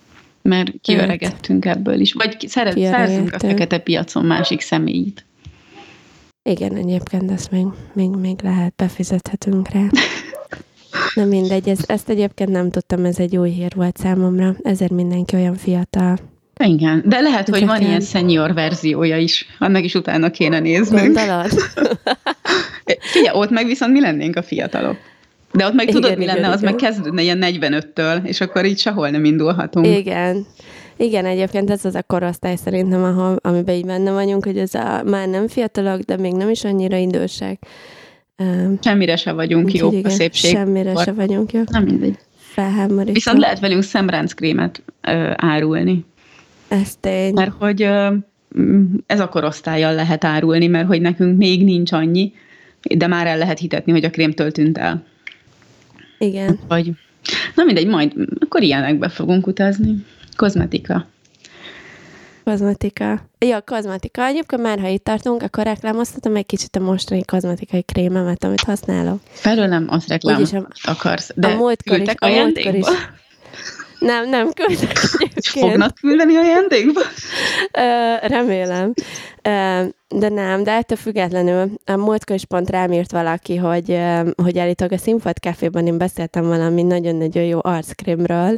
mert kiöregettünk ebből is. Vagy szeret, szerzünk a fekete piacon másik személyt. Igen, egyébként ezt még, még, még lehet, befizethetünk rá. Na mindegy, ez, ezt egyébként nem tudtam, ez egy új hír volt számomra, ezért mindenki olyan fiatal. Igen, de lehet, hogy van ilyen senior verziója is, annak is utána kéne néznünk. Gondolod? Figyelj, ott meg viszont mi lennénk a fiatalok. De ott meg igen, tudod, mi lenne, igen, az igen. meg kezdődne ilyen negyvenöttől, és akkor így sehol nem indulhatunk. Igen. Igen, egyébként ez az a korosztály szerintem, ahol, amiben így benne vagyunk, hogy ez a, már nem fiatalok, de még nem is annyira idősek. Semmire se vagyunk jók igen, a szépség. Semmire Or... se vagyunk jók. Nem mindegy. Felháborító. Viszont lehet velünk szemránckrémet ö, árulni. Ez tény. Mert hogy ö, ez a korosztállyal lehet árulni, mert hogy nekünk még nincs annyi, de már el lehet hitetni, hogy a krémtől tűnt el. Igen. Vagy, na mindegy, majd akkor ilyenekbe fogunk utazni. Kozmetika. Kozmetika. Ja, kozmetika. Egyébként már, ha itt tartunk, akkor reklámoztatom egy kicsit a mostani kozmetikai krémemet, amit használok. Felőlem azt reklámot akarsz, de a múltkor is, a múltkor is. Nem, nem küldtek egyébként. Fognak küldeni ajándékba? Remélem. De nem, de ettől függetlenül a múltkor is pont rám írt valaki, hogy, hogy állítólag a Színfolt Caféban én beszéltem valami nagyon-nagyon jó arckrémről,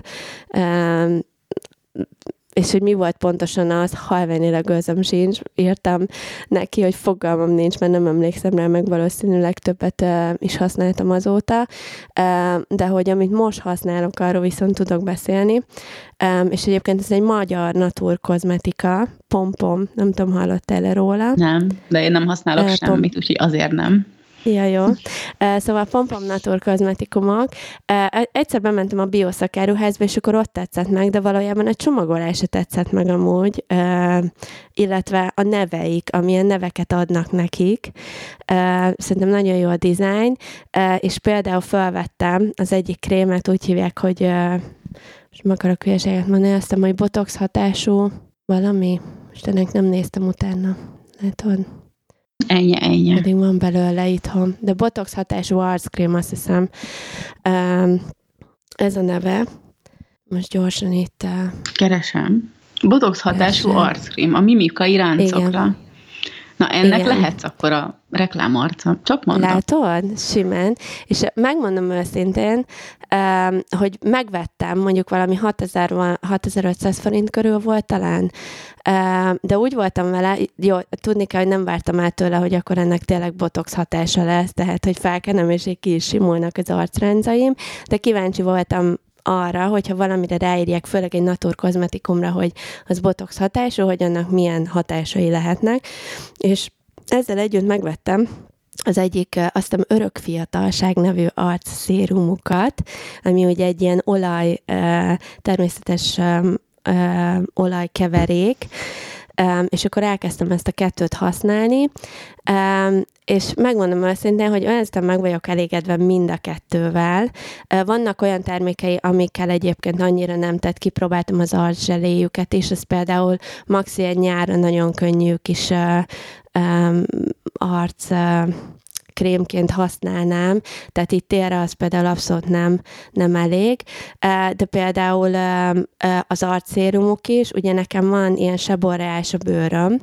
és hogy mi volt pontosan az, halványilag gőzöm sincs, írtam neki, hogy fogalmam nincs, mert nem emlékszem rá, meg valószínűleg többet uh, is használtam azóta, uh, de hogy amit most használok, arról viszont tudok beszélni, um, és egyébként ez egy magyar naturkozmetika, Pompom, nem tudom, hallottál-e róla? Nem, de én nem használok uh, semmit, pom- úgyhogy azért nem. Ja, jó. Uh, szóval Pompom Natur kozmetikumok. Uh, egyszer bementem a bioszakáruházba, és akkor ott tetszett meg, de valójában a csomagolása tetszett meg amúgy, uh, illetve a neveik, amilyen neveket adnak nekik. Uh, szerintem nagyon jó a dizájn, uh, és például felvettem az egyik krémet, úgy hívják, hogy uh, most meg akarok hülyeséget mondani, azt hiszem, hogy botox hatású valami. Most ennek nem néztem utána. Látod? Ennyi, ennyi. Pedig van belőle itthon. De botox hatású arckrém, azt hiszem. Um, ez a neve. Most gyorsan itt... Uh, Keresem. Botox hatású arckrém, a mimikai ráncokra. Igen. Na, ennek igen. Lehetsz akkor a reklámarca. Csak mondom. Látod? Simán. És megmondom őszintén, um, hogy megvettem, mondjuk valami hatezer-ötszáz forint körül volt talán, um, de úgy voltam vele, jó, tudni kell, hogy nem vártam el tőle, hogy akkor ennek tényleg botox hatása lesz, tehát, hogy felkenem, és így ki is simulnak az arcrendzaim, de kíváncsi voltam arra, hogyha valamire ráírják, főleg egy naturkozmetikumra, hogy az botox hatású, hogy annak milyen hatásai lehetnek, és ezzel együtt megvettem az egyik, azt hiszem, örök fiatalság nevű arc szérumukat, ami ugye egy ilyen olaj, természetes olajkeverék, Um, és akkor elkezdtem ezt a kettőt használni, um, és megmondom őszintén, hogy olyan meg vagyok elégedve mind a kettővel. Uh, vannak olyan termékei, amikkel egyébként annyira nem tett, kipróbáltam az arczseléjüket, és ez például maxi egy nyára nagyon könnyű kis uh, um, arc uh, krémként használnám, tehát itt térre az például abszolút nem, nem elég, de például az arcszérumok is, ugye nekem van ilyen seborreás a bőröm,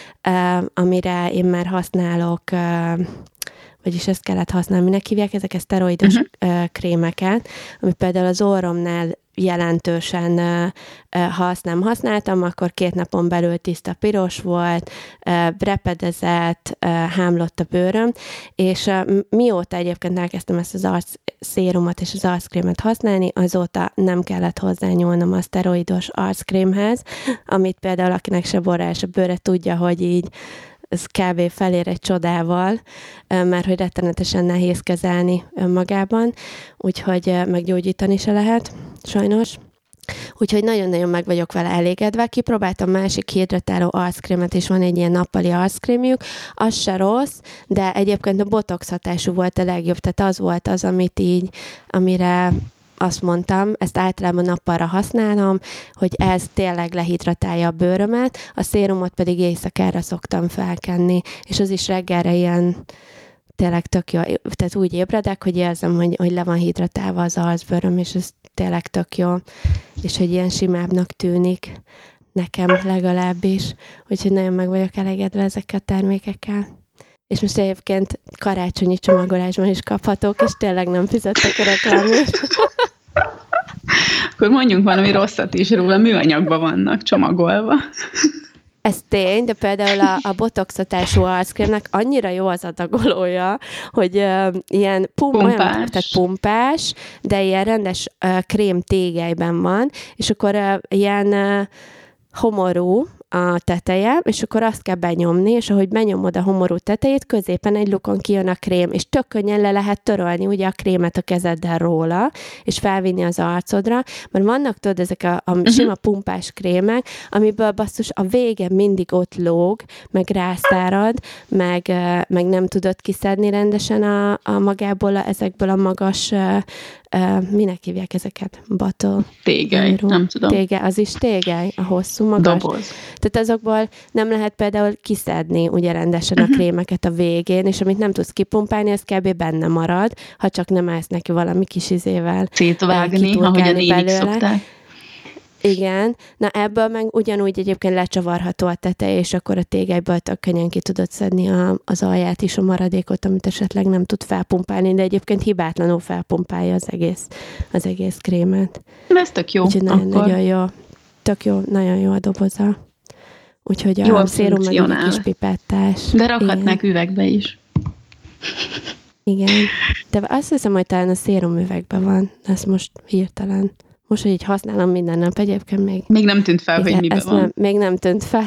amire én már használok, vagyis ezt kellett használni, minek hívják ezek a szteroidos uh-huh. krémeket, ami például az orromnál jelentősen, ha azt nem használtam, akkor két napon belül tiszta piros volt, repedezett, hámlott a bőröm, és mióta egyébként elkezdtem ezt az arc szérumot és az arckrémet használni, azóta nem kellett hozzányúlnom a szteroidos arckrémhez, amit például akinek seborreás a bőre tudja, hogy így ez kb. Felér egy csodával, mert hogy rettenetesen nehéz kezelni önmagában, úgyhogy meggyógyítani se lehet, sajnos. Úgyhogy nagyon-nagyon meg vagyok vele elégedve. Kipróbáltam másik hidratáló arckrémet, és van egy ilyen nappali arckrémjük. Az se rossz, de egyébként a botox hatású volt a legjobb, tehát az volt az, amit így, amire azt mondtam, ezt általában nappalra használom, hogy ez tényleg lehidratálja a bőrömet, a szérumot pedig éjszakára szoktam felkenni, és az is reggelre ilyen tényleg tök jó. Tehát úgy ébredek, hogy érzem, hogy, hogy le van hidratálva az arcbőröm, és ez tényleg tök jó. És hogy ilyen simábbnak tűnik nekem legalábbis. Úgyhogy nagyon meg vagyok elégedve ezekkel a termékekkel. És most egyébként karácsonyi csomagolásban is kaphatók, és tényleg nem fizettek a reklámért. Akkor mondjunk valami rosszat is róla, műanyagban vannak csomagolva. Ez tény, de például a, a botoxatású arckrémnek annyira jó az adagolója, hogy uh, ilyen pum, pumpás. Olyan, tehát pumpás, de ilyen rendes uh, krém tégelyben van, és akkor uh, ilyen uh, homorú a teteje, és akkor azt kell benyomni, és ahogy benyomod a homorú tetejét, középen egy lukon kijön a krém, és tök könnyen le lehet törölni ugye a krémet a kezeddel róla, és felvinni az arcodra, mert vannak tudod ezek a, a sima pumpás krémek, amiből basszus a vége mindig ott lóg, meg rászárad, meg, meg nem tudod kiszedni rendesen a, a magából, a, ezekből a magas Uh, minek hívják ezeket? Battle? Tégely, Író. Nem tudom. Tégely, az is tégely, a hosszú, magas. Doboz. Tehát azokból nem lehet például kiszedni ugye rendesen a krémeket a végén, és amit nem tudsz kipumpálni, az kb. Benne marad, ha csak nem állsz neki valami kis izével. Szétvágni, ahogy a nénik szokták. Igen, na ebből meg ugyanúgy egyébként lecsavarható a teteje, és akkor a tégelyből tök könnyen ki tudod szedni a, az alját is, a maradékot, amit esetleg nem tud felpumpálni, de egyébként hibátlanul felpumpálja az egész, az egész krémet. Ez tök jó. Úgyhogy nagyon, nagyon jó. Tök jó, nagyon jó a doboza. Úgyhogy a szérum meg egy kis pipettás. De rakhatnák üvegbe is. Igen. De azt hiszem, hogy talán a szérum üvegben van. Ez most hirtelen. Most, hogy így használom minden nap, egyébként még... Még nem tűnt fel, igen, hogy miben van. Nem, még nem tűnt fel.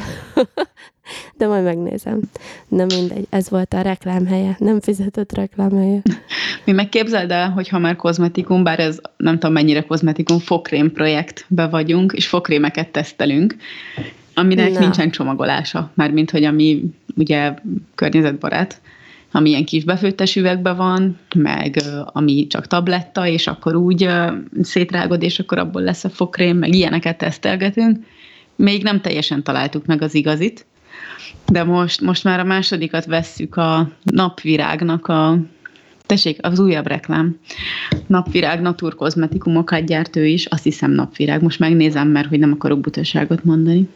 De majd megnézem. Na mindegy, ez volt a reklámhelye. Nem fizetett reklámhelye. Mi megképzeld el, hogy ha már kozmetikum, bár ez nem tudom mennyire kozmetikum, fogkrém projektbe vagyunk, és fogkrémeket tesztelünk, aminek Na. nincsen csomagolása. Mármint, hogy ami ugye környezetbarát, ami ilyen kis befőttes üvegben van, meg ami csak tabletta, és akkor úgy szétrágod, és akkor abból lesz a fogkrém, meg ilyeneket tesztelgetünk. Még nem teljesen találtuk meg az igazit, de most, most már a másodikat vesszük a Napvirágnak a, tessék, az újabb reklám. Napvirág naturkozmetikumokat gyárt ő is, azt hiszem Napvirág. Most megnézem, mert hogy nem akarok butaságot mondani.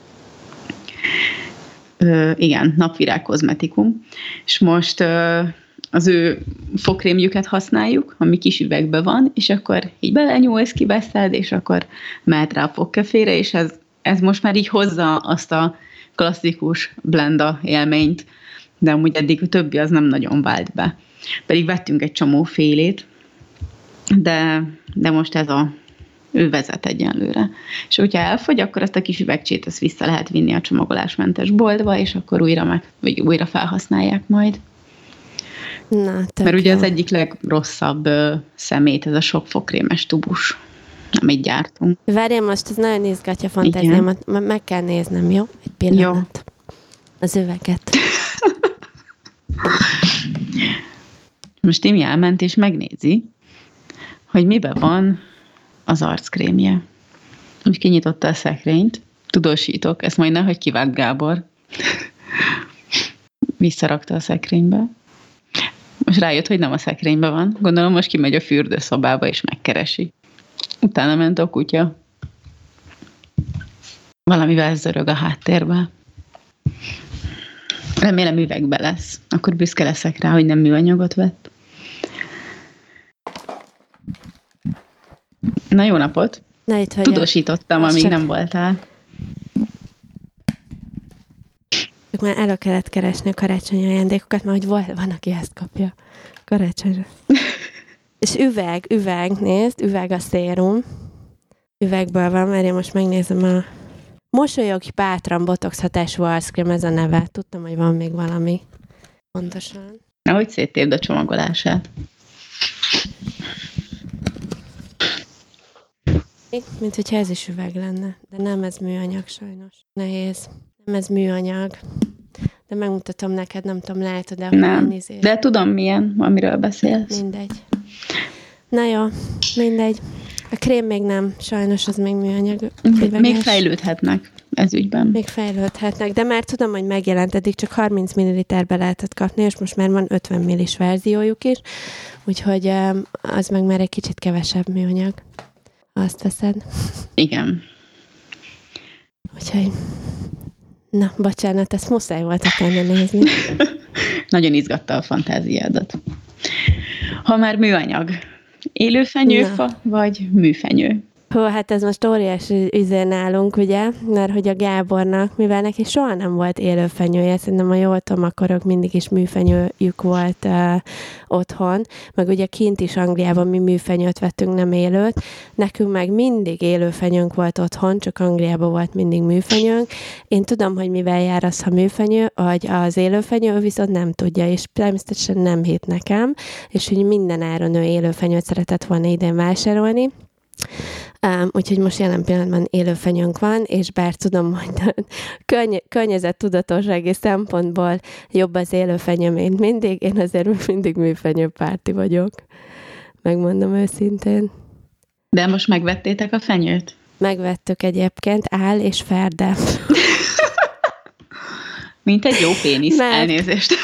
Ö, igen, Napvirág kozmetikum. És most ö, az ő fogkrémjüket használjuk, ami kis üvegben van, és akkor így belenyúlsz, kibeszed, és akkor mehet rá a fogkefére, és ez, ez most már így hozza azt a klasszikus blenda élményt, de amúgy eddig a többi az nem nagyon vált be. Pedig vettünk egy csomó félét, de, de most ez a ő vezet egyenlőre. És hogyha elfogy, akkor ezt a kis üvegcsét ezt vissza lehet vinni a csomagolásmentes boltba, és akkor újra, meg, vagy újra felhasználják majd. Na, mert ugye jó. Az egyik legrosszabb uh, szemét, ez a sok fogkrémes tubus, amit gyártunk. Várjál, most ez nagyon izgatja fantáziámat. Meg kell néznem, jó? Egy pillanat. Jó. Az üveget. Most Timi elment és megnézi, hogy miben van az arckrémje. Most kinyitotta a szekrényt. Tudósítok, ezt majd nehogy kivág Gábor. Visszarakta a szekrénybe. Most rájött, hogy nem a szekrényben van. Gondolom, most kimegy a fürdőszobába és megkeresi. Utána ment a kutya. Valamivel zörög a háttérbe. Remélem üvegbe lesz. Akkor büszke leszek rá, hogy nem műanyagot vett. Na, jó napot! Na, itt Tudósítottam, amíg csak... nem voltál. Már elő kellett keresni a karácsonyi ajándékokat, mert hogy van, aki ezt kapja karácsonyra. És üveg, üveg, nézd, üveg a szérum. Üvegből van, mert én most megnézem a Mosolyogj bátran botox hatású arckrém, ez a neve. Tudtam, hogy van még valami. Pontosan. Na, hogy széttépd a csomagolását. Mint hogyha ez is üveg lenne. De nem, ez műanyag sajnos. Nehéz. Nem, ez műanyag. De megmutatom neked, nem tudom, látod el, nem. Nézést. De tudom milyen, amiről beszélsz. Mindegy. Na jó, mindegy. A krém még nem, sajnos az még műanyag. Még fejlődhetnek ez ügyben. Még fejlődhetnek, de már tudom, hogy megjelent, eddig csak harminc milliliterbe lehetett kapni, és most már van ötven millis verziójuk is, úgyhogy az meg már egy kicsit kevesebb műanyag. Azt veszed. Igen. Úgyhogy, na, bocsánat, ezt muszáj volt utána nézni. Nagyon izgatta a fantáziádat. Ha már műanyag, élőfenyőfa, na. vagy műfenyő? Hú, hát ez most óriási üzé nálunk, ugye, mert hogy a Gábornak, mivel neki soha nem volt élőfenyője, szerintem a jól tudom, akkor mindig is műfenyőjük volt uh, otthon, meg ugye kint is Angliában mi műfenyőt vettünk, nem élőt, nekünk meg mindig élőfenyőnk volt otthon, csak Angliában volt mindig műfenyőnk. Én tudom, hogy mivel jár az, ha műfenyő, vagy az élőfenyő, viszont nem tudja, és természetesen nem hitt nekem, és hogy minden áron ő élőfenyőt szeretett volna idén vásárolni. Um, úgyhogy most jelen pillanatban élőfenyőnk van, és bár tudom, hogy körny- környezettudatossági szempontból jobb az élőfenyő, mint mindig, én azért mindig műfenyőpárti vagyok. Megmondom őszintén. De most megvettétek a fenyőt? Megvettük egyébként, áll és ferde. Mint egy jó pénisz, Mert... elnézést.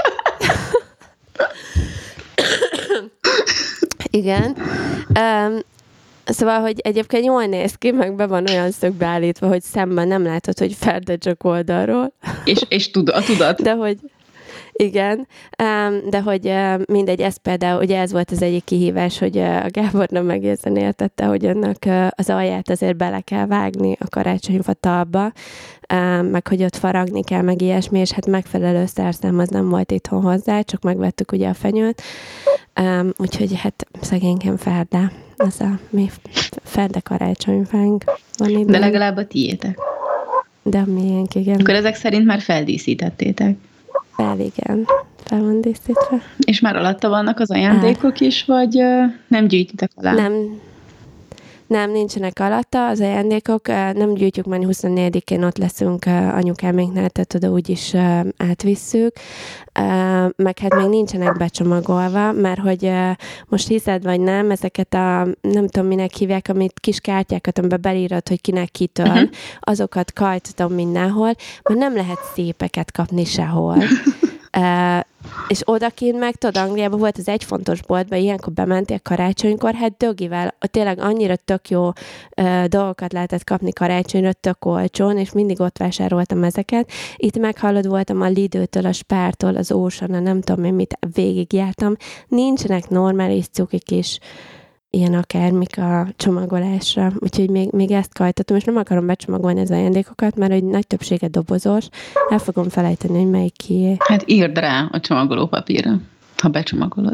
Igen. Um, Szóval, hogy egyébként jól néz ki, meg be van olyan szögbe állítva, hogy szemben nem látod, hogy ferde csak oldalról. És, és tud, a tudat. De hogy igen, de hogy mindegy, ez például, ugye ez volt az egyik kihívás, hogy a Gábor nem egészen értette, hogy annak az alját azért bele kell vágni a karácsonyfa talpba, meg hogy ott faragni kell, meg ilyesmi, és hát megfelelő szerszám az nem volt itthon hozzá, csak megvettük ugye a fenyőt, úgyhogy hát szegényken ferde. Ez a mi ferde karácsonyfánk van idén. De legalább a tiétek. De a miénk, igen. Akkor ezek szerint már feldíszítettétek. Fel, igen. Fel van díszítve. És már alatta vannak az ajándékok is, vagy uh, nem gyűjtitek alá? Nem. Nem, nincsenek alatta az ajándékok. Nem gyűjtjük, már huszonnégyedikén ott leszünk anyukáméknál, tehát oda úgyis átvisszük. Meg hát még nincsenek becsomagolva, mert hogy most hiszed vagy nem, ezeket a, nem tudom minek hívják, amit kis kártyákat, amiben belírod, hogy kinek kitől, uh-huh. azokat kajtatom mindenhol, mert nem lehet szépeket kapni sehol. Uh, és odakint meg, tudod, Angliában volt az egy fontos boltban, ilyenkor bementél karácsonykor, hát dögivel, tényleg annyira tök jó uh, dolgokat lehetett kapni karácsonyra, tök olcsón, és mindig ott vásároltam ezeket. Itt meghallod, voltam a Lidl-től, a Spártól, az Ocean, nem tudom én mit, végigjártam. Nincsenek normális cukik is, ilyen akármik a csomagolásra, úgyhogy még, még ezt kajtatom, és nem akarom becsomagolni az ajándékokat, mert hogy nagy többsége dobozos, el fogom felejteni, hogy melyik kié. Hát írd rá a csomagolópapírra, ha becsomagolod.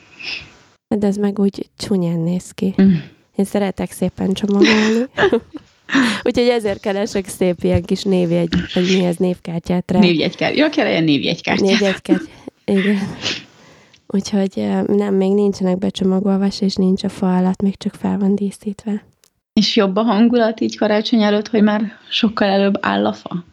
De ez meg úgy csúnyán néz ki. Mm. Én szeretek szépen csomagolni. Úgyhogy ezért keresek szép ilyen kis névjegy, vagy mi ez, névkártyát rá. Névjegykártya. Ja, kell ilyen névjegykártyát. Névjegykártya. Igen. Úgyhogy nem, még nincsenek becsomagolva, és nincs a fa alatt, még csak fel van díszítve. És jobb a hangulat így karácsony előtt, hogy már sokkal előbb áll a fa?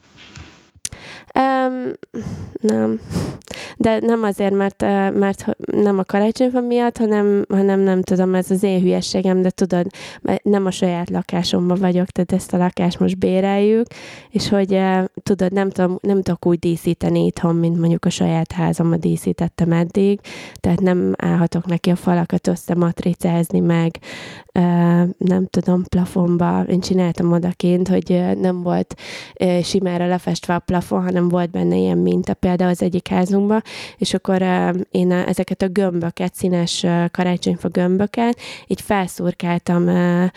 Um, nem. De nem azért, mert, mert nem a karácsonyfa miatt, hanem, hanem nem tudom, ez az én hülyességem, de tudod, nem a saját lakásomban vagyok, tehát ezt a lakást most béreljük, és hogy tudod, nem, tudom, nem tudok úgy díszíteni itthon, mint mondjuk a saját házamban díszítettem eddig, tehát nem állhatok neki a falakat összematricázni meg, nem tudom, plafonba. Én csináltam odakint, hogy nem volt simára lefestve a plafon, hanem volt benne ilyen minta, például az egyik házunkban, és akkor én ezeket a gömböket, színes karácsonyfa gömböket, így felszurkáltam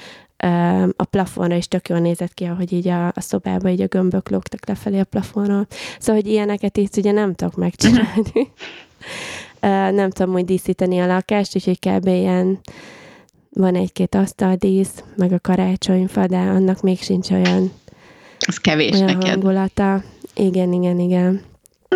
a plafonra, és tök jól nézett ki, ahogy így a, a szobában így a gömbök lógtak lefelé a plafonról. Szóval, hogy ilyeneket így ugye nem tudok megcsinálni. Nem tudom úgy díszíteni a lakást, úgyhogy kb. Ilyen van egy-két asztaldísz, meg a karácsonyfa, de annak még sincs olyan, az kevés olyan neked. Hangulata. Igen, igen, igen. Hm.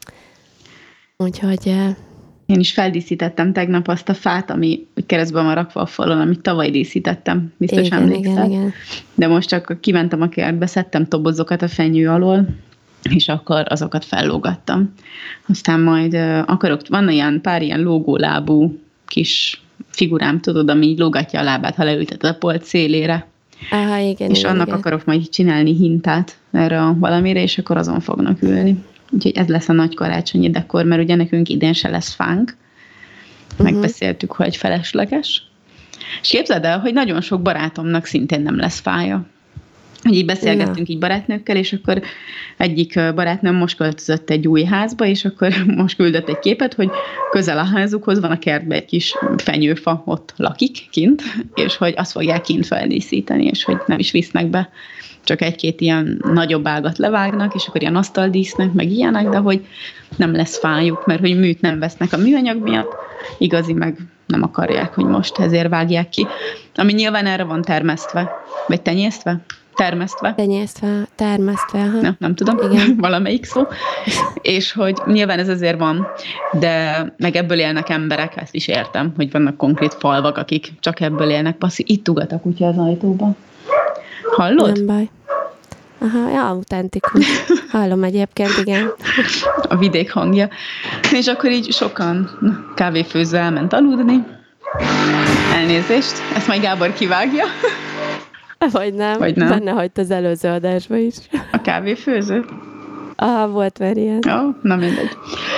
Úgyhogy... Én is feldíszítettem tegnap azt a fát, ami keresztben van rakva a falon, amit tavaly díszítettem. Biztos igen, emlékszel. Igen, igen. De most csak kimentem a kertbe, szedtem tobozokat a fenyő alól, és akkor azokat fellógattam. Aztán majd uh, akarok, van ilyen pár ilyen lógólábú kis figurám, tudod, ami így lógatja a lábát, ha leülteted a polc szélére. Aha, igen, és igen, annak igen. akarok majd csinálni hintát erre a valamire, és akkor azon fognak ülni. Úgyhogy ez lesz a nagy karácsonyi dekor, mert ugye nekünk idén se lesz fánk. Megbeszéltük, uh-huh. hogy felesleges. És képzeld el, hogy nagyon sok barátomnak szintén nem lesz fája. Hogy így beszélgettünk Na. így barátnőkkel, és akkor egyik barátnőm most költözött egy új házba, és akkor most küldött egy képet, hogy közel a házukhoz van a kertben egy kis fenyőfa, ott lakik kint, és hogy azt fogják kint feldíszíteni, és hogy nem is visznek be, csak egy-két ilyen nagyobb ágat levágnak, és akkor ilyen asztaldísznek, meg ilyenek, de hogy nem lesz fájuk, mert hogy műt nem vesznek a műanyag miatt, igazi meg nem akarják, hogy most ezért vágják ki. Ami nyilván erre van termesztve, vagy tenyésztve. Termesztve. Tenyésztve, termesztve. Ha. Nem, nem tudom, igen. Valamelyik szó. És hogy nyilván ez azért van, de meg ebből élnek emberek, ezt is értem, hogy vannak konkrét falvak, akik csak ebből élnek. Passzi, itt ugat a kutya az ajtóba. Hallod? Nem baj. Aha, ja, autentikus. Hallom egyébként, igen. A vidék hangja. És akkor így sokan kávéfőző elment aludni. Elnézést, ezt majd Gábor kivágja. Vagy nem. Vagy nem. Benne hagyd az előző adásba is. A kávéfőző? Ah, volt már ilyen. Ó, na mindegy.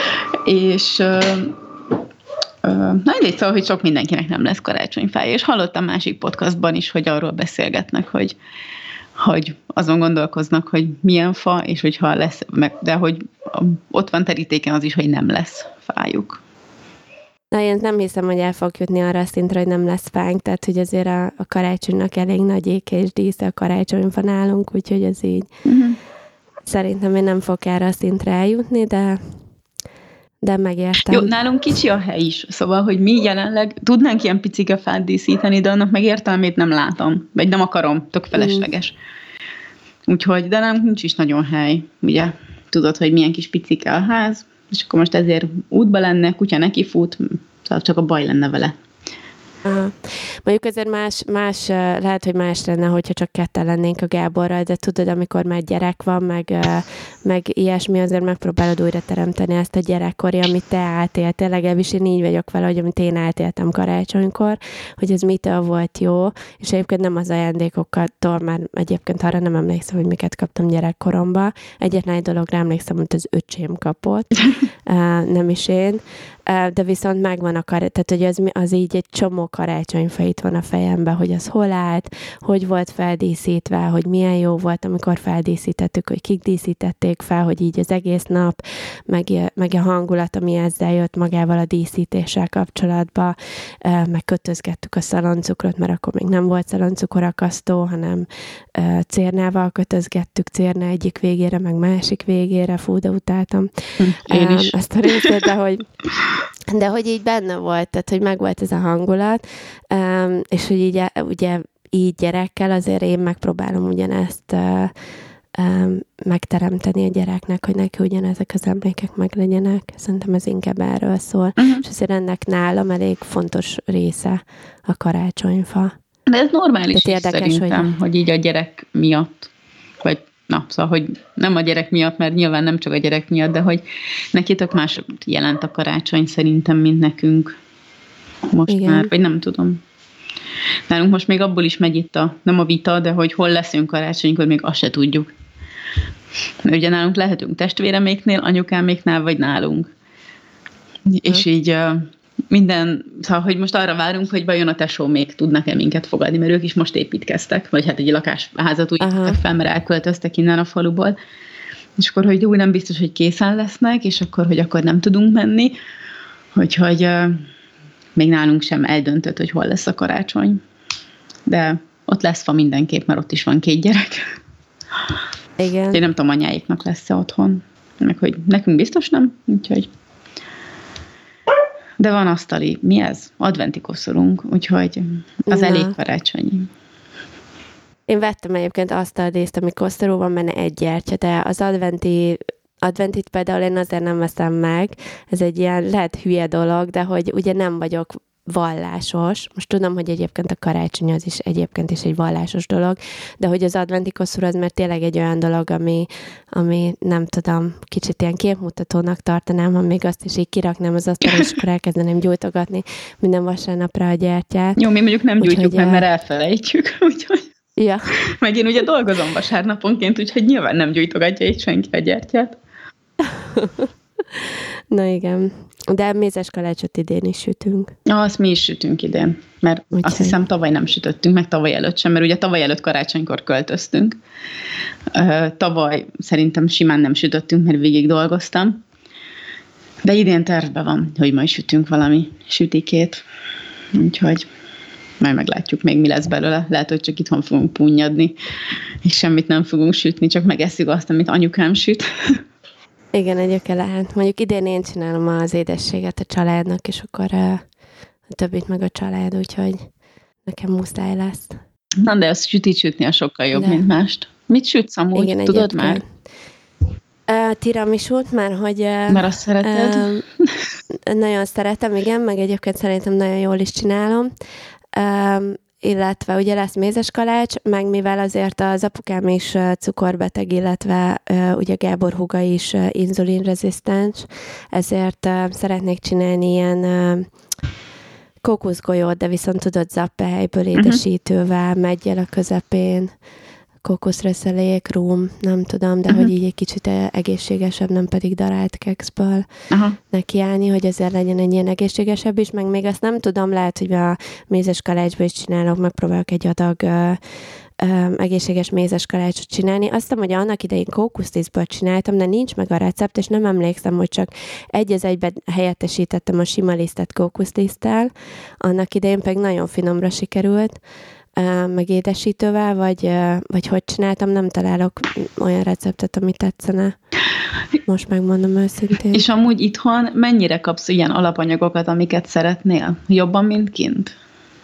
És uh, uh, na mindegy, szóval, hogy sok mindenkinek nem lesz karácsonyfája, és hallottam másik podcastban is, hogy arról beszélgetnek, hogy, hogy azon gondolkoznak, hogy milyen fa, és hogyha lesz, de hogy ott van terítéken az is, hogy nem lesz fájuk. Na, én nem hiszem, hogy el fog jutni arra a szintre, hogy nem lesz fánk, tehát hogy azért a, a karácsonynak elég nagy éke és dísze a karácsonyfa nálunk, úgyhogy ez így uh-huh. szerintem én nem fog erre a szintre eljutni, de, de megértem. Jó, nálunk kicsi a hely is, szóval, hogy mi jelenleg tudnánk ilyen picike fát díszíteni, de annak meg értelmét nem látom, vagy nem akarom, tök felesleges. Uh-huh. Úgyhogy, de nálunk nincs is nagyon hely, ugye? Tudod, hogy milyen kis picike a ház, és akkor most ezért útba lenne, kutya neki fut, szóval csak a baj lenne vele. Aha. Mondjuk azért más, más, lehet, hogy más lenne, hogyha csak ketten lennénk a Gáborral, de tudod, amikor már gyerek van, meg, meg ilyesmi, azért megpróbálod újra teremteni ezt a gyerekkori, amit te átéltél, legalábbis én így vagyok vele, hogy amit én átéltem karácsonykor, hogy ez mitől volt jó, és egyébként nem az ajándékoktól, már egyébként arra nem emlékszem, hogy miket kaptam gyerekkoromban. Egyetlen egy dologra emlékszem, hogy az öcsém kapott, nem is én, de viszont megvan a karácsony, tehát hogy az, az így egy csomó karácsonyfa itt van a fejemben, hogy az hol állt, hogy volt feldíszítve, hogy milyen jó volt, amikor feldíszítettük, hogy kik díszítették fel, hogy így az egész nap, meg, meg a hangulat, ami ezzel jött magával a díszítéssel kapcsolatban, meg kötözgettük a szaloncukrot, mert akkor még nem volt szaloncukorakasztó, hanem cérnával kötözgettük, cérna egyik végére, meg másik végére, fú, de utáltam. Én is. Ezt a részét, de hogy De hogy így benne volt, tehát hogy megvolt ez a hangulat, um, és hogy így, ugye, így gyerekkel azért én megpróbálom ugyanezt uh, um, megteremteni a gyereknek, hogy neki ugyanezek az emlékek meglegyenek. Szerintem ez inkább erről szól. Uh-huh. És azért ennek nálam elég fontos része a karácsonyfa. De ez normális is érdekes, szerintem, hogy... hogy így a gyerek miatt, vagy na, szóval, hogy nem a gyerek miatt, mert nyilván nem csak a gyerek miatt, de hogy neki tök más jelent a karácsony szerintem, mint nekünk most Igen. már, vagy nem tudom. Nálunk most még abból is megy itt a, nem a vita, de hogy hol leszünk karácsonykor, még azt se tudjuk. Mert ugye nálunk lehetünk testvéreméknél, anyukáméknál, vagy nálunk. Hm. És így minden, szóval, hogy most arra várunk, hogy vajon a tesó még tudnak-e minket fogadni, mert ők is most építkeztek, vagy hát egy lakásházat úgy építettek fel, mert elköltöztek innen a faluból, és akkor, hogy úgy nem biztos, hogy készen lesznek, és akkor, hogy akkor nem tudunk menni, úgyhogy uh, még nálunk sem eldöntött, hogy hol lesz a karácsony. De ott lesz fa mindenképp, mert ott is van két gyerek. Igen. Én nem tudom, anyáiknak lesz-e otthon, meg hogy nekünk biztos nem, úgyhogy de van asztali. Mi ez? Adventi koszorunk, úgyhogy az Na. elég karácsonyi. Én vettem egyébként asztalrészt, ami koszorú van benne egy gyertya, de az adventi, adventit például én azért nem veszem meg. Ez egy ilyen, lehet hülye dolog, de hogy ugye nem vagyok vallásos. Most tudom, hogy egyébként a karácsony az is egyébként is egy vallásos dolog, de hogy az adventi koszorú az mert tényleg egy olyan dolog, ami, ami nem tudom, kicsit ilyen képmutatónak tartanám, ha még azt is így kiraknám az asztalra, és akkor elkezdeném gyújtogatni minden vasárnapra a gyertyát. Jó, mi mondjuk nem úgy, gyújtjuk hogy, meg, mert elfelejtjük, úgyhogy... Ja. Meg én ugye dolgozom vasárnaponként, úgyhogy nyilván nem gyújtogatja itt senki a gyertyát. Na igen. De mézes kalácsot idén is sütünk. Ja, azt mi is sütünk idén, mert Úgyhogy. azt hiszem tavaly nem sütöttünk, meg tavaly előtt sem, mert ugye tavaly előtt karácsonykor költöztünk. Tavaly szerintem simán nem sütöttünk, mert végig dolgoztam. De idén tervben van, hogy majd sütünk valami sütikét. Úgyhogy majd meglátjuk még, mi lesz belőle. Lehet, hogy csak itthon fogunk punnyadni, és semmit nem fogunk sütni, csak megesszük azt, amit anyukám süt. Igen, egyébként lehet. Mondjuk idén én csinálom az édességet a családnak, és akkor a többit meg a család, úgyhogy nekem muszáj lesz. Na, de azt sütit sütni a sokkal jobb, de. mint mást. Mit sütsz amúgy? Igen, tudod már? Uh, tiramisút, mert hogy... Uh, mert azt szereted? Uh, nagyon szeretem, igen, meg egyébként szerintem nagyon jól is csinálom. Uh, illetve ugye lesz mézes kalács, meg mivel azért az apukám is uh, cukorbeteg, illetve uh, ugye Gábor húga is uh, inzulinrezisztens, ezért uh, szeretnék csinálni ilyen uh, kókuszgolyót, de viszont tudod zappehelyből édesítővel, uh-huh. meggyel a közepén, kókuszreszelék, rum, nem tudom, de uh-huh. hogy így egy kicsit egészségesebb, nem pedig darált kekszből uh-huh. nekiállni, hogy ezért legyen egy ilyen egészségesebb is, meg még azt nem tudom, lehet, hogy a mézes kalácsba is csinálok, megpróbálok egy adag uh, uh, egészséges mézes kalácsot csinálni. Azt hiszem, hogy annak idején kókuszlisztből csináltam, de nincs meg a recept, és nem emlékszem, hogy csak egy az egyben helyettesítettem a sima lisztet kókuszliszttel, annak idején pedig nagyon finomra sikerült, meg édesítővel, vagy, vagy hogy csináltam, nem találok olyan receptet, ami tetszene. Most megmondom őszintén. És amúgy itthon mennyire kapsz ilyen alapanyagokat, amiket szeretnél? Jobban, mint kint?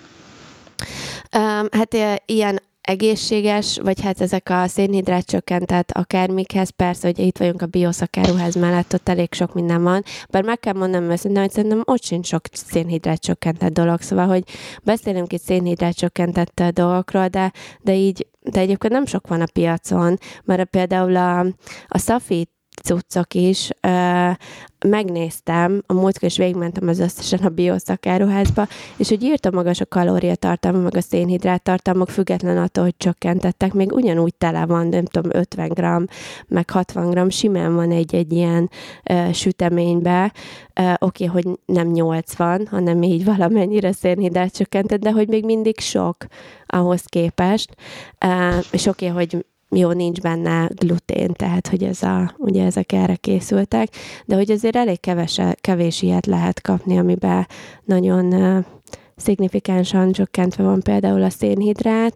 Um, hát ilyen egészséges, vagy hát ezek a szénhidrát csökkentett akármikhez, persze, hogy itt vagyunk a bioszakáruház mellett, ott elég sok minden van, bár meg kell mondanom őszintén, hogy szerintem ott sincs sok szénhidrát csökkentett dolog, szóval, hogy beszélünk itt szénhidrát csökkentett dolgokról, de, de így, de egyébként nem sok van a piacon, mert például a, a Safi cuccok is, ö, megnéztem, a múltkor is végigmentem az összesen a bioszakáruházba, és hogy írtam magas a kalóriatartalma, meg a szénhidrát tartalmak, független attól, hogy csökkentettek, még ugyanúgy tele van, nem tudom, ötven gramm, meg hatvan gramm, simán van egy-egy ilyen ö, süteménybe, ö, oké, hogy nem nyolcvan, hanem így valamennyire szénhidrát csökkentett, de hogy még mindig sok ahhoz képest, ö, és oké, hogy jó, nincs benne glutén, tehát, hogy ez a, ugye ezek erre készültek, de hogy azért elég keves, kevés ilyet lehet kapni, amiben nagyon uh, szignifikánsan csökkentve van például a szénhidrát.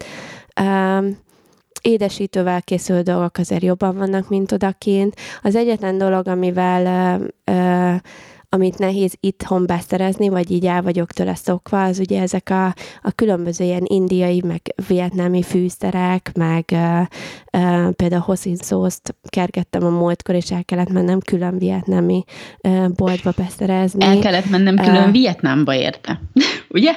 Uh, édesítővel készült dolgok azért jobban vannak, mint odakint. Az egyetlen dolog, amivel uh, uh, amit nehéz itthon beszerezni, vagy így el vagyok tőle szokva, az ugye ezek a, a különböző ilyen indiai, meg vietnámi fűszerek, meg uh, uh, például hoisin szószt kergettem a múltkor, és el kellett mennem külön vietnámi uh, boltba beszerezni. El kellett mennem külön uh, Vietnámba érte. Ugye?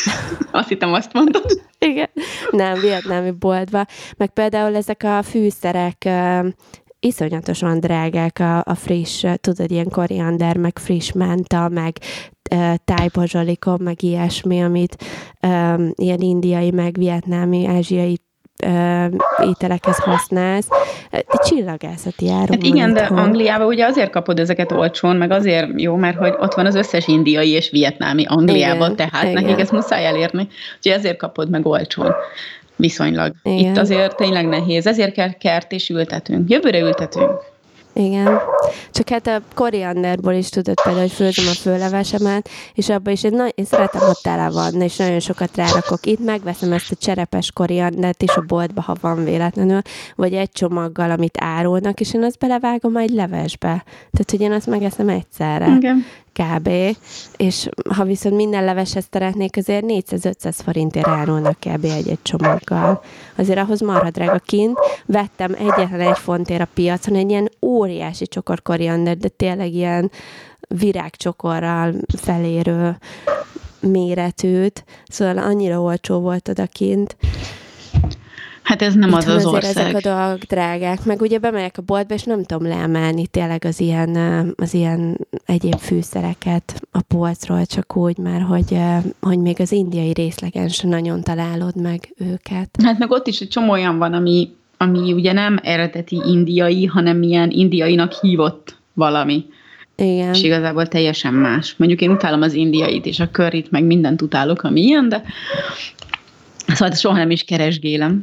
Azt hittem, azt mondod. Igen. Nem, vietnámi boltba. Meg például ezek a fűszerek uh, iszonyatosan drágák a, a friss, tudod, ilyen koriander, meg friss menta, meg uh, tájbazsalikom, meg ilyesmi, amit um, ilyen indiai, meg vietnámi, ázsiai uh, ételekhez használsz. Csillagászati áron. Hát igen, de Angliában ugye azért kapod ezeket olcsón, meg azért jó, mert hogy ott van az összes indiai és vietnámi Angliában, igen, tehát igen. Nekik ezt muszáj elérni, úgyhogy ezért kapod meg olcsón. Viszonylag. Igen. Itt azért tényleg nehéz, ezért kell kert és ültetünk. Jövőre ültetünk. Igen. Csak hát a korianderból is tudod például, hogy főzöm a főlevesemet, és abban is én, na, én szeretem, hogy tele van, és nagyon sokat rárakok. Itt megveszem ezt a cserepes koriandert is a boltba, ha van véletlenül, vagy egy csomaggal, amit árulnak, és én azt belevágom egy levesbe. Tehát, hogy én azt megeszem egyszerre. Igen. Kb. És ha viszont minden leveshez szeretnék, azért négyszáz-ötszáz forintért árulnak kb. egy-egy csomaggal. Azért ahhoz marha drága kint. Vettem egyetlen egy fontért a piacon egy ilyen óriási csokor koriander, de tényleg ilyen virágcsokorral felérő méretűt. Szóval annyira olcsó volt odakint. Hát ez nem Itthon az az ország. Ezek a dolgok drágák. Meg ugye bemegyek a boltba, és nem tudom leemelni tényleg az ilyen, az ilyen egyéb fűszereket a polcról, csak úgy már, hogy, hogy még az indiai részlegen sem nagyon találod meg őket. Hát meg ott is egy csomó olyan van, ami, ami ugye nem eredeti indiai, hanem ilyen indiainak hívott valami. Igen. És igazából teljesen más. Mondjuk én utálom az indiait, és a curryt, meg mindent utálok, ami ilyen, de szóval soha nem is keresgélem.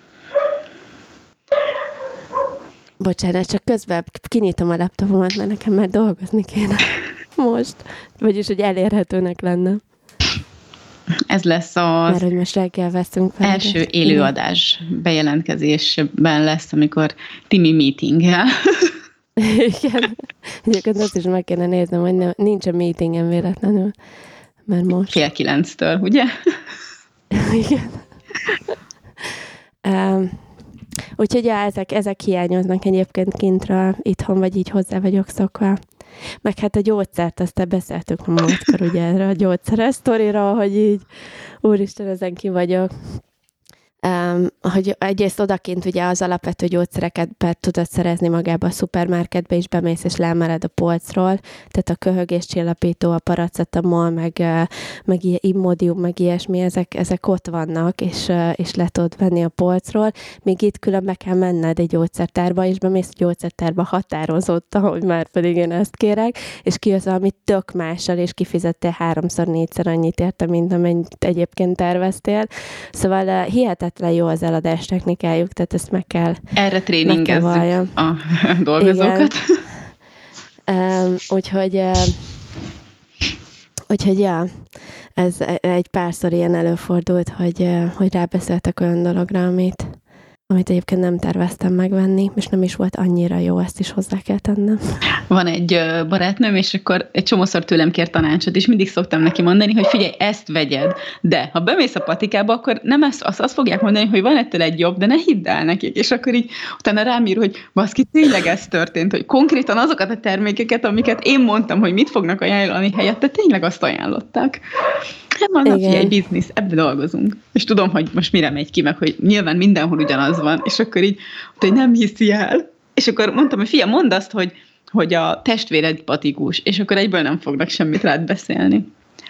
Bocsánat, csak közben kinyitom a laptopomat, mert nekem már dolgozni kéne most. Vagyis, hogy elérhetőnek lenne. Ez lesz az mert, hogy most reggel veszünk fel. első élőadás bejelentkezésben lesz, amikor Timi meeting-el. Igen. Egyébként azt is meg kéne néznem, hogy ne, nincs a meetingen véletlenül. Mert most... Fél kilenctől, ugye? Igen. um, úgyhogy ja, ezek, ezek hiányoznak egyébként kintről, itthon, vagy így hozzá vagyok szokva. Meg hát a gyógyszert, azt beszéltük a múltkor, ugye erre a gyógyszeres sztorira, hogy így, úristen, ezen ki vagyok. Um, hogy egyrészt odakint ugye az alapvető gyógyszereket be tudod szerezni magába a szupermarketbe, és bemész és leemeled a polcról, tehát a köhögéscsillapító, a paracetamol, meg, meg ilyen Imodium, meg ilyesmi, ezek, ezek ott vannak, és, és le tudod venni a polcról, még itt külön be kell menned egy gyógyszertárba, és bemész a gyógyszertárba határozottan, hogy már pedig én ezt kérek, és kijössz valami tök mással, és kifizettél háromszor, négyszer annyit érte, mint amennyit egyébként terveztél. Szóval hihetetlen jó az eladás technikájuk, tehát ezt meg kell erre tréningezzük a dolgozókat. Um, úgyhogy uh, úgyhogy ja, ez egy párszor ilyen előfordult, hogy, uh, hogy rábeszéltek olyan dologra, amit, amit egyébként nem terveztem megvenni, és nem is volt annyira jó, ezt is hozzá kell tennem. Van egy barátnőm, és akkor egy csomószor tőlem kér tanácsot, és mindig szoktam neki mondani, hogy figyelj, ezt vegyed, de ha bemész a patikába, akkor nem ezt, azt, azt fogják mondani, hogy van ettől egy jobb, de ne hidd el nekik, és akkor így utána rám ír, hogy baszki, tényleg ez történt, hogy konkrétan azokat a termékeket, amiket én mondtam, hogy mit fognak ajánlani helyette, tényleg azt ajánlották. Hát van, figyelj, biznisz, ebbe dolgozunk. És tudom, hogy most mire megy ki, meg hogy nyilván mindenhol ugyanaz van, és akkor így, hogy nem hiszi el. És akkor mondtam, hogy figyelj, mondd azt, hogy, hogy a testvéred patikus, és akkor egyből nem fognak semmit rád beszélni.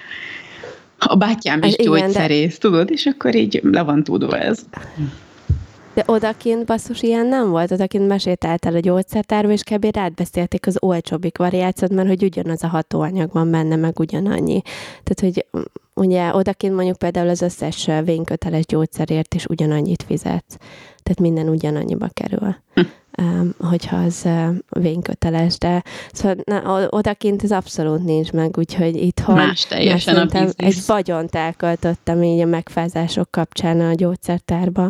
A bátyám is gyógyszerész, de... tudod, és akkor így le van tudva ez. De odakint basszus ilyen nem volt, odakint mesétáltál a gyógyszertárba, és kb. Rád beszélték az olcsóbbik variációt, mert hogy ugyanaz a hatóanyag van benne, meg ugyanannyi. Tehát, hogy ugye odakint mondjuk például az összes vényköteles gyógyszerért is ugyanannyit fizetsz. Tehát minden ugyanannyiba kerül. Hm. Um, hogyha az uh, vényköteles, de szóval na, odakint ez abszolút nincs meg, úgyhogy itthon más teljesen a biznisz. Egy vagyont elköltöttem így a megfázások kapcsán a gyógyszertárba.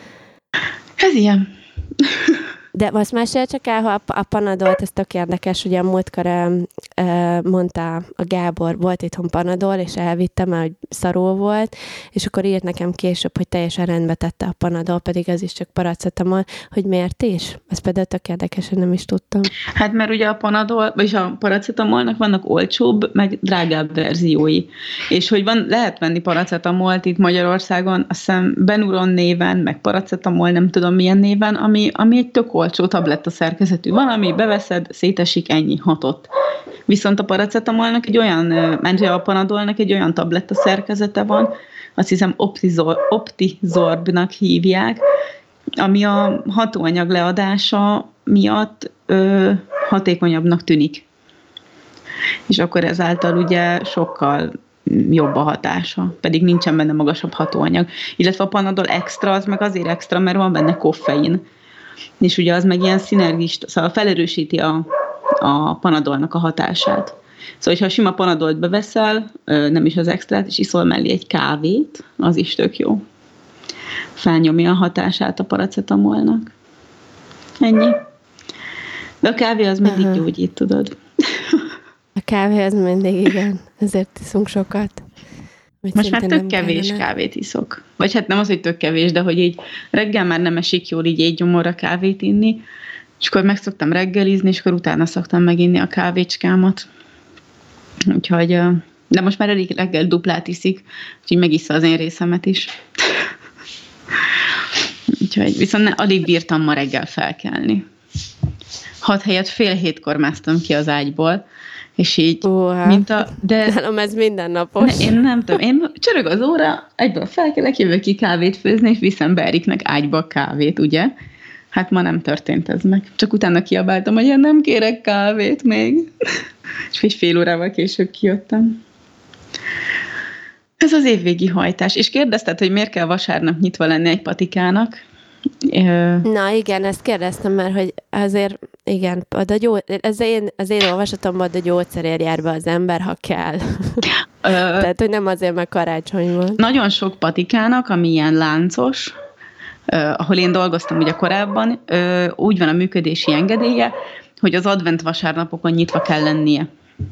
Ez ilyen. De azt mesélj csak el, ha a Panadolt, ez tök érdekes, ugye a múltkor uh, uh, mondta a Gábor, volt itthon Panadol, és elvittem, mert szarul volt, és akkor írt nekem később, hogy teljesen rendbe tette a Panadol, pedig az is csak paracetamol, hogy miért is? Ez például tök érdekes, hogy nem is tudtam. Hát mert ugye a Panadol, vagyis a paracetamolnak vannak olcsóbb, meg drágább verziói. És hogy van, lehet venni paracetamolt itt Magyarországon, azt hiszem Benuron néven, meg paracetamol, nem tudom milyen néven, ami, ami egy tök olcsó tabletta szerkezetű valami, beveszed, szétesik, ennyi, hatott. Viszont a paracetamolnak egy olyan, mert a Panadolnak egy olyan tabletta szerkezete van, azt hiszem Optizor, Optizorbnak hívják, ami a hatóanyag leadása miatt ö, hatékonyabbnak tűnik. És akkor ezáltal ugye sokkal jobb a hatása, pedig nincsen benne magasabb hatóanyag. Illetve a Panadol extra, az meg azért extra, mert van benne koffein. És ugye az meg ilyen szinergista, szóval felerősíti a, a Panadolnak a hatását. Szóval, ha sima Panadolt beveszel, nem is az extrát, és iszol mellé egy kávét, az is tök jó. Felnyomja a hatását a paracetamolnak. Ennyi. De a kávé az mindig uh-huh. gyógyít, tudod. A kávé az mindig, igen. Ezért iszunk sokat. Most már tök kevés kellene. Kávét iszok. Vagy hát nem az, hogy tök kevés, de hogy így reggel már nem esik jól így egy gyomorra kávét inni, és akkor meg szoktam reggelizni, és akkor utána szoktam meginni a kávécskámat. Úgyhogy, de most már elég reggel duplát iszik, úgyhogy megissza az én részemet is. Úgyhogy viszont ne, alig bírtam ma reggel felkelni. Hat helyett fél hétkor másztam ki az ágyból, és így, Uha. mint a... De nálam ez mindennapos. ne, én nem tudom, én csörög az óra, egyből felkelek, jövök ki kávét főzni, és viszem be Eriknek ágyba a kávét, ugye? Hát ma nem történt ez meg. Csak utána kiabáltam, hogy én nem kérek kávét még. És egy fél órával később kijöttem. Ez az évvégi hajtás. És kérdezted, hogy miért kell vasárnap nyitva lenni egy patikának? Na igen, ezt kérdeztem már, hogy azért, igen, a gyó, ez én, az én olvasatomban a gyógyszerért jár be az ember, ha kell. Ö, Tehát, hogy nem azért, mert karácsony van. Nagyon sok patikának, ami ilyen láncos, Uh, ahol én dolgoztam ugye korábban, uh, úgy van a működési engedélye, hogy az advent vasárnapokon nyitva kell lennie.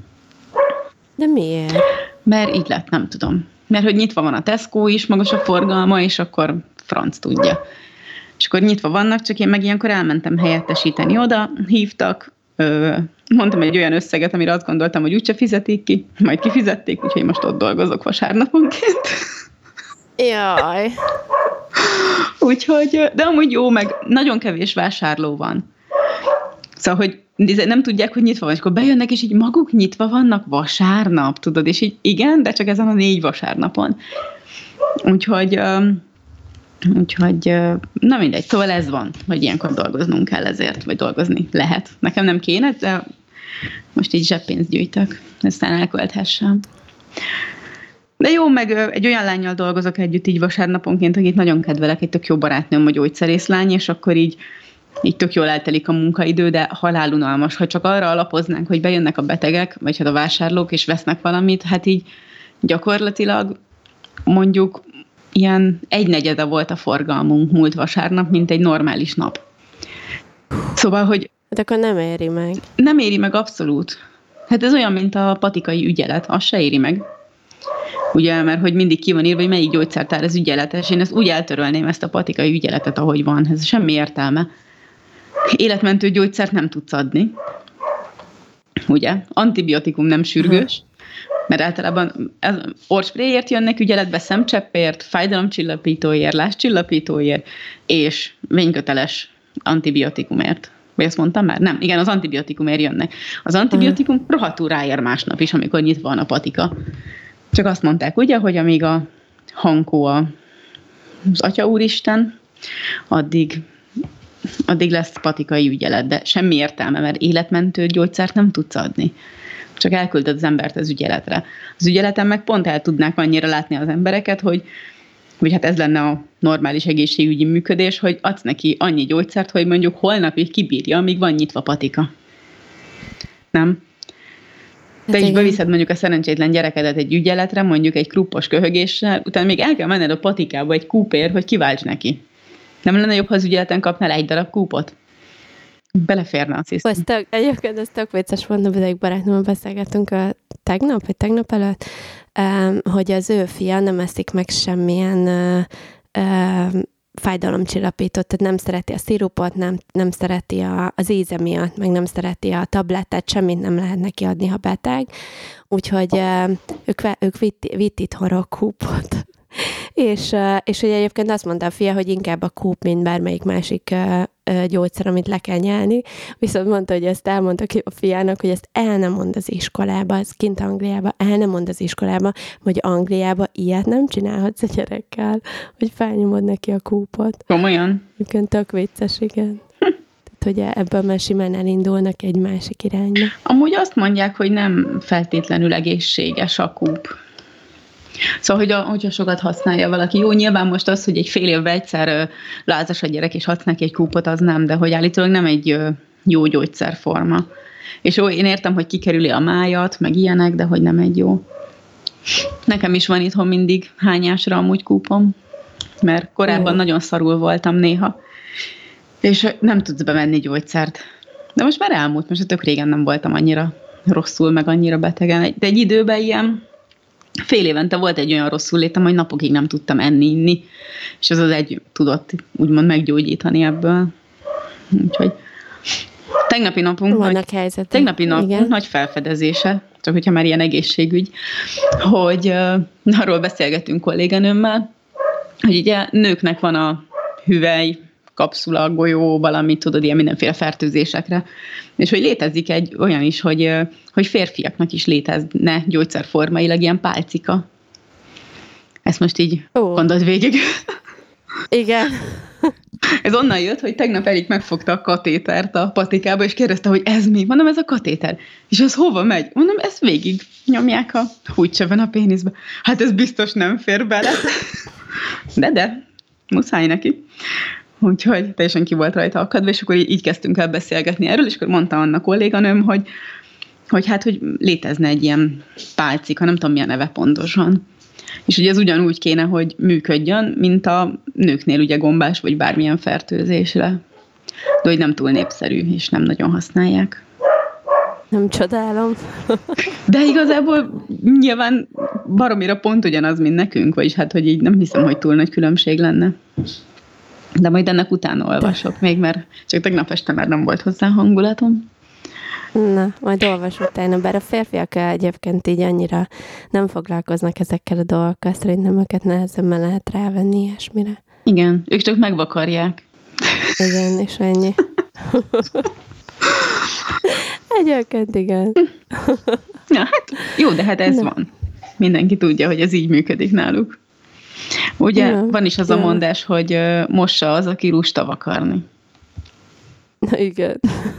De miért? Mert így lett, nem tudom. Mert hogy nyitva van a Tesco is, magas a forgalma, és akkor franc tudja. És akkor nyitva vannak, csak én meg ilyenkor elmentem helyettesíteni oda, hívtak, uh, mondtam egy olyan összeget, amire azt gondoltam, hogy úgyse fizetik ki, majd kifizették, úgyhogy most ott dolgozok vasárnaponként. Jaj. Úgyhogy, de amúgy jó, meg nagyon kevés vásárló van. Szóval, hogy nem tudják, hogy nyitva van, és akkor bejönnek, és így maguk nyitva vannak vasárnap, tudod, és így igen, de csak ezen a négy vasárnapon. Úgyhogy, úgyhogy na mindegy, szóval ez van, hogy ilyenkor dolgoznunk kell ezért, vagy dolgozni lehet. Nekem nem kéne, de most így zseppénzt gyűjtök, aztán elkölthessem. De jó, meg egy olyan lánnyal dolgozok együtt így vasárnaponként, akit nagyon kedvelek, egy tök jó barátnőm, a gyógyszerészlány, és akkor így, így tök jól eltelik a munkaidő, de halálunalmas. Ha csak arra alapoznánk, hogy bejönnek a betegek, vagy hát a vásárlók, és vesznek valamit, hát így gyakorlatilag mondjuk ilyen egynegyede volt a forgalmunk múlt vasárnap, mint egy normális nap. Szóval, hogy... Hát akkor nem éri meg. Nem éri meg abszolút. Hát ez olyan, mint a patikai ügyelet, az se éri meg. Ugye, mert hogy mindig ki van írva, hogy melyik gyógyszertár az ügyeletes. Én ezt úgy eltörölném, ezt a patikai ügyeletet, ahogy van. Ez semmi értelme. Életmentő gyógyszert nem tudsz adni. Ugye? Antibiotikum nem sürgős, mert általában orrspréért jönnek ügyeletbe, szemcseppért, fájdalomcsillapítóért, lázcsillapítóért, és vényköteles antibiotikumért. Vagy ezt mondtam már? Nem. Igen, az antibiotikumért jönnek. Az antibiotikum uh-huh. rohadtul ráér másnap is, amikor nyitva van a patika. Csak azt mondták, ugye, hogy amíg a Hankó az Atya Úristen, addig, addig lesz patikai ügyelet, de semmi értelme, mert életmentő gyógyszert nem tudsz adni. Csak elküldöd az embert az ügyeletre. Az ügyeleten meg pont el tudnák annyira látni az embereket, hogy, hogy hát ez lenne a normális egészségügyi működés, hogy adsz neki annyi gyógyszert, hogy mondjuk holnapig kibírja, amíg van nyitva patika. Nem? Te is beviszed mondjuk a szerencsétlen gyerekedet egy ügyeletre, mondjuk egy kruppos köhögéssel, utána még el kell menned a patikába egy kúpért, hogy kiválts neki. Nem lenne jobb, ha az ügyeleten kapnál egy darab kúpot? Beleférne, azt hiszem. Tök, egyébként ez tök vicces volt, de egy barátnőmmel beszélgettünk a tegnap, vagy tegnap előtt, hogy az ő fia nem eszik meg semmilyen fájdalomcsillapítót, tehát nem szereti a szirupot, nem, nem szereti a, az íze miatt, meg nem szereti a tablettát, semmit nem lehet neki adni, ha beteg. Úgyhogy ők, ők vitt, vitt itthon rokkúpot. és, és hogy egyébként azt mondta a fia, hogy inkább a kúp, mint bármelyik másik gyógyszer, amit le kell nyelni. Viszont mondta, hogy ezt elmondta ki a fiának, hogy ezt el nem mond az iskolába, ez kint Angliába, el nem mond az iskolába, hogy Angliába ilyet nem csinálhatsz a gyerekkel, hogy felnyomod neki a kúpot. Komolyan? Egyébként tök vicces, igen. Tehát, hogy ebből már simán elindulnak egy másik irányba. Amúgy azt mondják, hogy nem feltétlenül egészséges a kúp. Szóval, hogy a, hogyha sokat használja valaki. Jó, nyilván most az, hogy egy fél évben egyszer lázas a gyerek, és használ ki egy kúpot, az nem, de hogy állítólag nem egy jó gyógyszerforma. És jó, én értem, hogy kikerüli a májat, meg ilyenek, de hogy nem egy jó. Nekem is van itthon mindig hányásra amúgy kúpom, mert korábban oh. nagyon szarul voltam néha, és nem tudsz bevenni gyógyszert. De most már elmúlt, most tök régen nem voltam annyira rosszul, meg annyira betegen. De egy időben ilyen fél évente volt egy olyan rosszul létem, hogy napokig nem tudtam enni, inni, és az az egy tudott úgymond meggyógyítani ebből. Úgyhogy tegnapi napunk, nagy, tegnapi napunk nagy felfedezése, csak hogyha már ilyen egészségügy, hogy uh, arról beszélgetünk kolléganőmmel, hogy ugye nőknek van a hüvely kapszula, golyó, valami, tudod, ilyen mindenféle fertőzésekre. És hogy létezik egy olyan is, hogy, hogy férfiaknak is létezne gyógyszerformailag ilyen pálcika. Ezt most így oh. gondold végig. Igen. Ez onnan jött, hogy tegnap Erik megfogta a katétert a patikába, és kérdezte, hogy ez mi? Mondom, ez a katéter. És az hova megy? Mondom, ezt végig nyomják a húgycsövön a péniszbe. Hát ez biztos nem fér bele. De, de, muszáj neki. Úgyhogy teljesen ki volt rajta akadva, és akkor így kezdtünk el beszélgetni erről, és akkor mondta annak kolléganőm, hogy, hogy hát, hogy létezne egy ilyen pálcika, nem tudom, mi a neve pontosan. És ugye ez ugyanúgy kéne, hogy működjön, mint a nőknél ugye gombás, vagy bármilyen fertőzésre. De hogy nem túl népszerű, és nem nagyon használják. Nem csodálom. De igazából nyilván baromira pont ugyanaz, mint nekünk, vagyis hát, hogy így nem hiszem, hogy túl nagy különbség lenne. De majd ennek utána olvasok még, mert csak tegnap este már nem volt hozzá hangulatom. Na, majd olvas utána, bár a férfiak egyébként így annyira nem foglalkoznak ezekkel a dolgokkal, szerintem őket nehezebben lehet rávenni ilyesmire. Igen, ők csak megvakarják. Igen, és ennyi. Egyébként igen. Na, hát jó, de hát ez Na. van. Mindenki tudja, hogy ez így működik náluk. Ugye ja, van is az ja. a mondás, hogy mossa az, aki lusta vakarni. Na igen.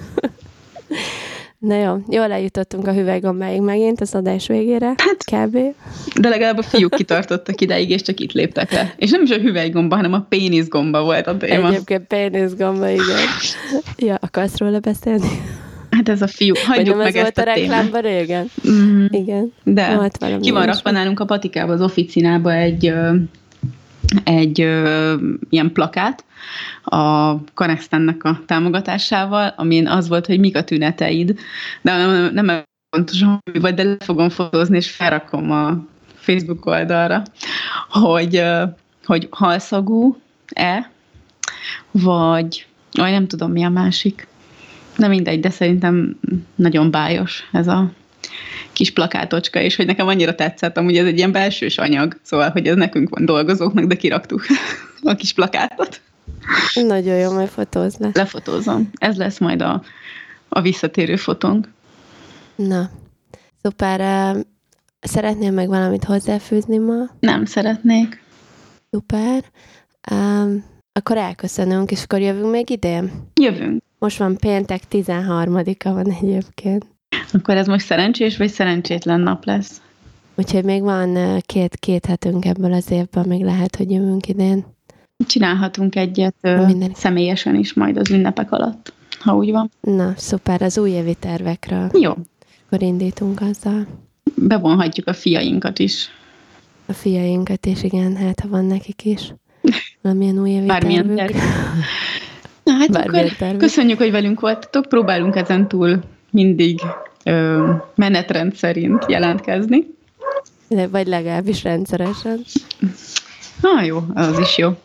Na jó, jól eljutottunk a hüvelygombáig megint az adás végére, hát, kb. De legalább a fiúk kitartottak ideig, és csak itt léptek le. És nem is a hüvelygomba, hanem a péniszgomba volt a téma. Egyébként péniszgomba, igen. Ja, akarsz róla beszélni? Hát ez a fiú, hagyjuk meg ezt a témát. Ez volt a reklámban régen? Mm. Igen. De ki van rakva nálunk a patikába, az oficinába egy... egy ö, ilyen plakát a Connextennek a támogatásával, amin az volt, hogy mik a tüneteid, de nem, nem pontosan mi vagy, de le fogom fotózni, és felrakom a Facebook oldalra, hogy, ö, hogy halszagú-e, vagy vagy nem tudom, mi a másik. Nem mindegy, de szerintem nagyon bájos ez a kis plakátocska, és hogy nekem annyira tetszett, amúgy ez egy ilyen belsős anyag, szóval, hogy ez nekünk van dolgozóknak, de kiraktuk a kis plakátot. Nagyon jó, majd fotóz le. Lefotózom. Ez lesz majd a, a visszatérő fotónk. Na, szuper. Szeretnél meg valamit hozzáfűzni ma? Nem szeretnék. Szuper. Um, akkor elköszönünk, és akkor jövünk még idén? Jövünk. Most van péntek, tizenharmadika van egyébként. Akkor ez most szerencsés, vagy szerencsétlen nap lesz? Úgyhogy még van két, két hetünk ebből az évben, még lehet, hogy jövünk idén. Csinálhatunk egyet Minden. személyesen is majd az ünnepek alatt, ha úgy van. Na, szuper, az újévi tervekről. Jó. Akkor indítunk azzal. Bevonhatjuk a fiainkat is. A fiainkat is, igen, hát ha van nekik is. Valamilyen újévi Bármilyen tervük. Na hát Bármilyen akkor tervük. Köszönjük, hogy velünk voltatok. Próbálunk ezen túl mindig ö, menetrend szerint jelentkezni. De vagy legalábbis rendszeresen. Ah, jó, az is jó.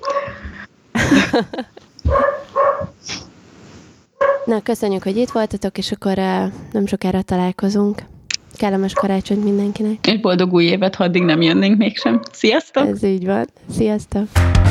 Na, köszönjük, hogy itt voltatok, és akkor uh, nem sokára találkozunk. Kellemes karácsonyt mindenkinek. És boldog új évet, ha addig nem jönnénk mégsem. Sziasztok! Ez így van. Sziasztok!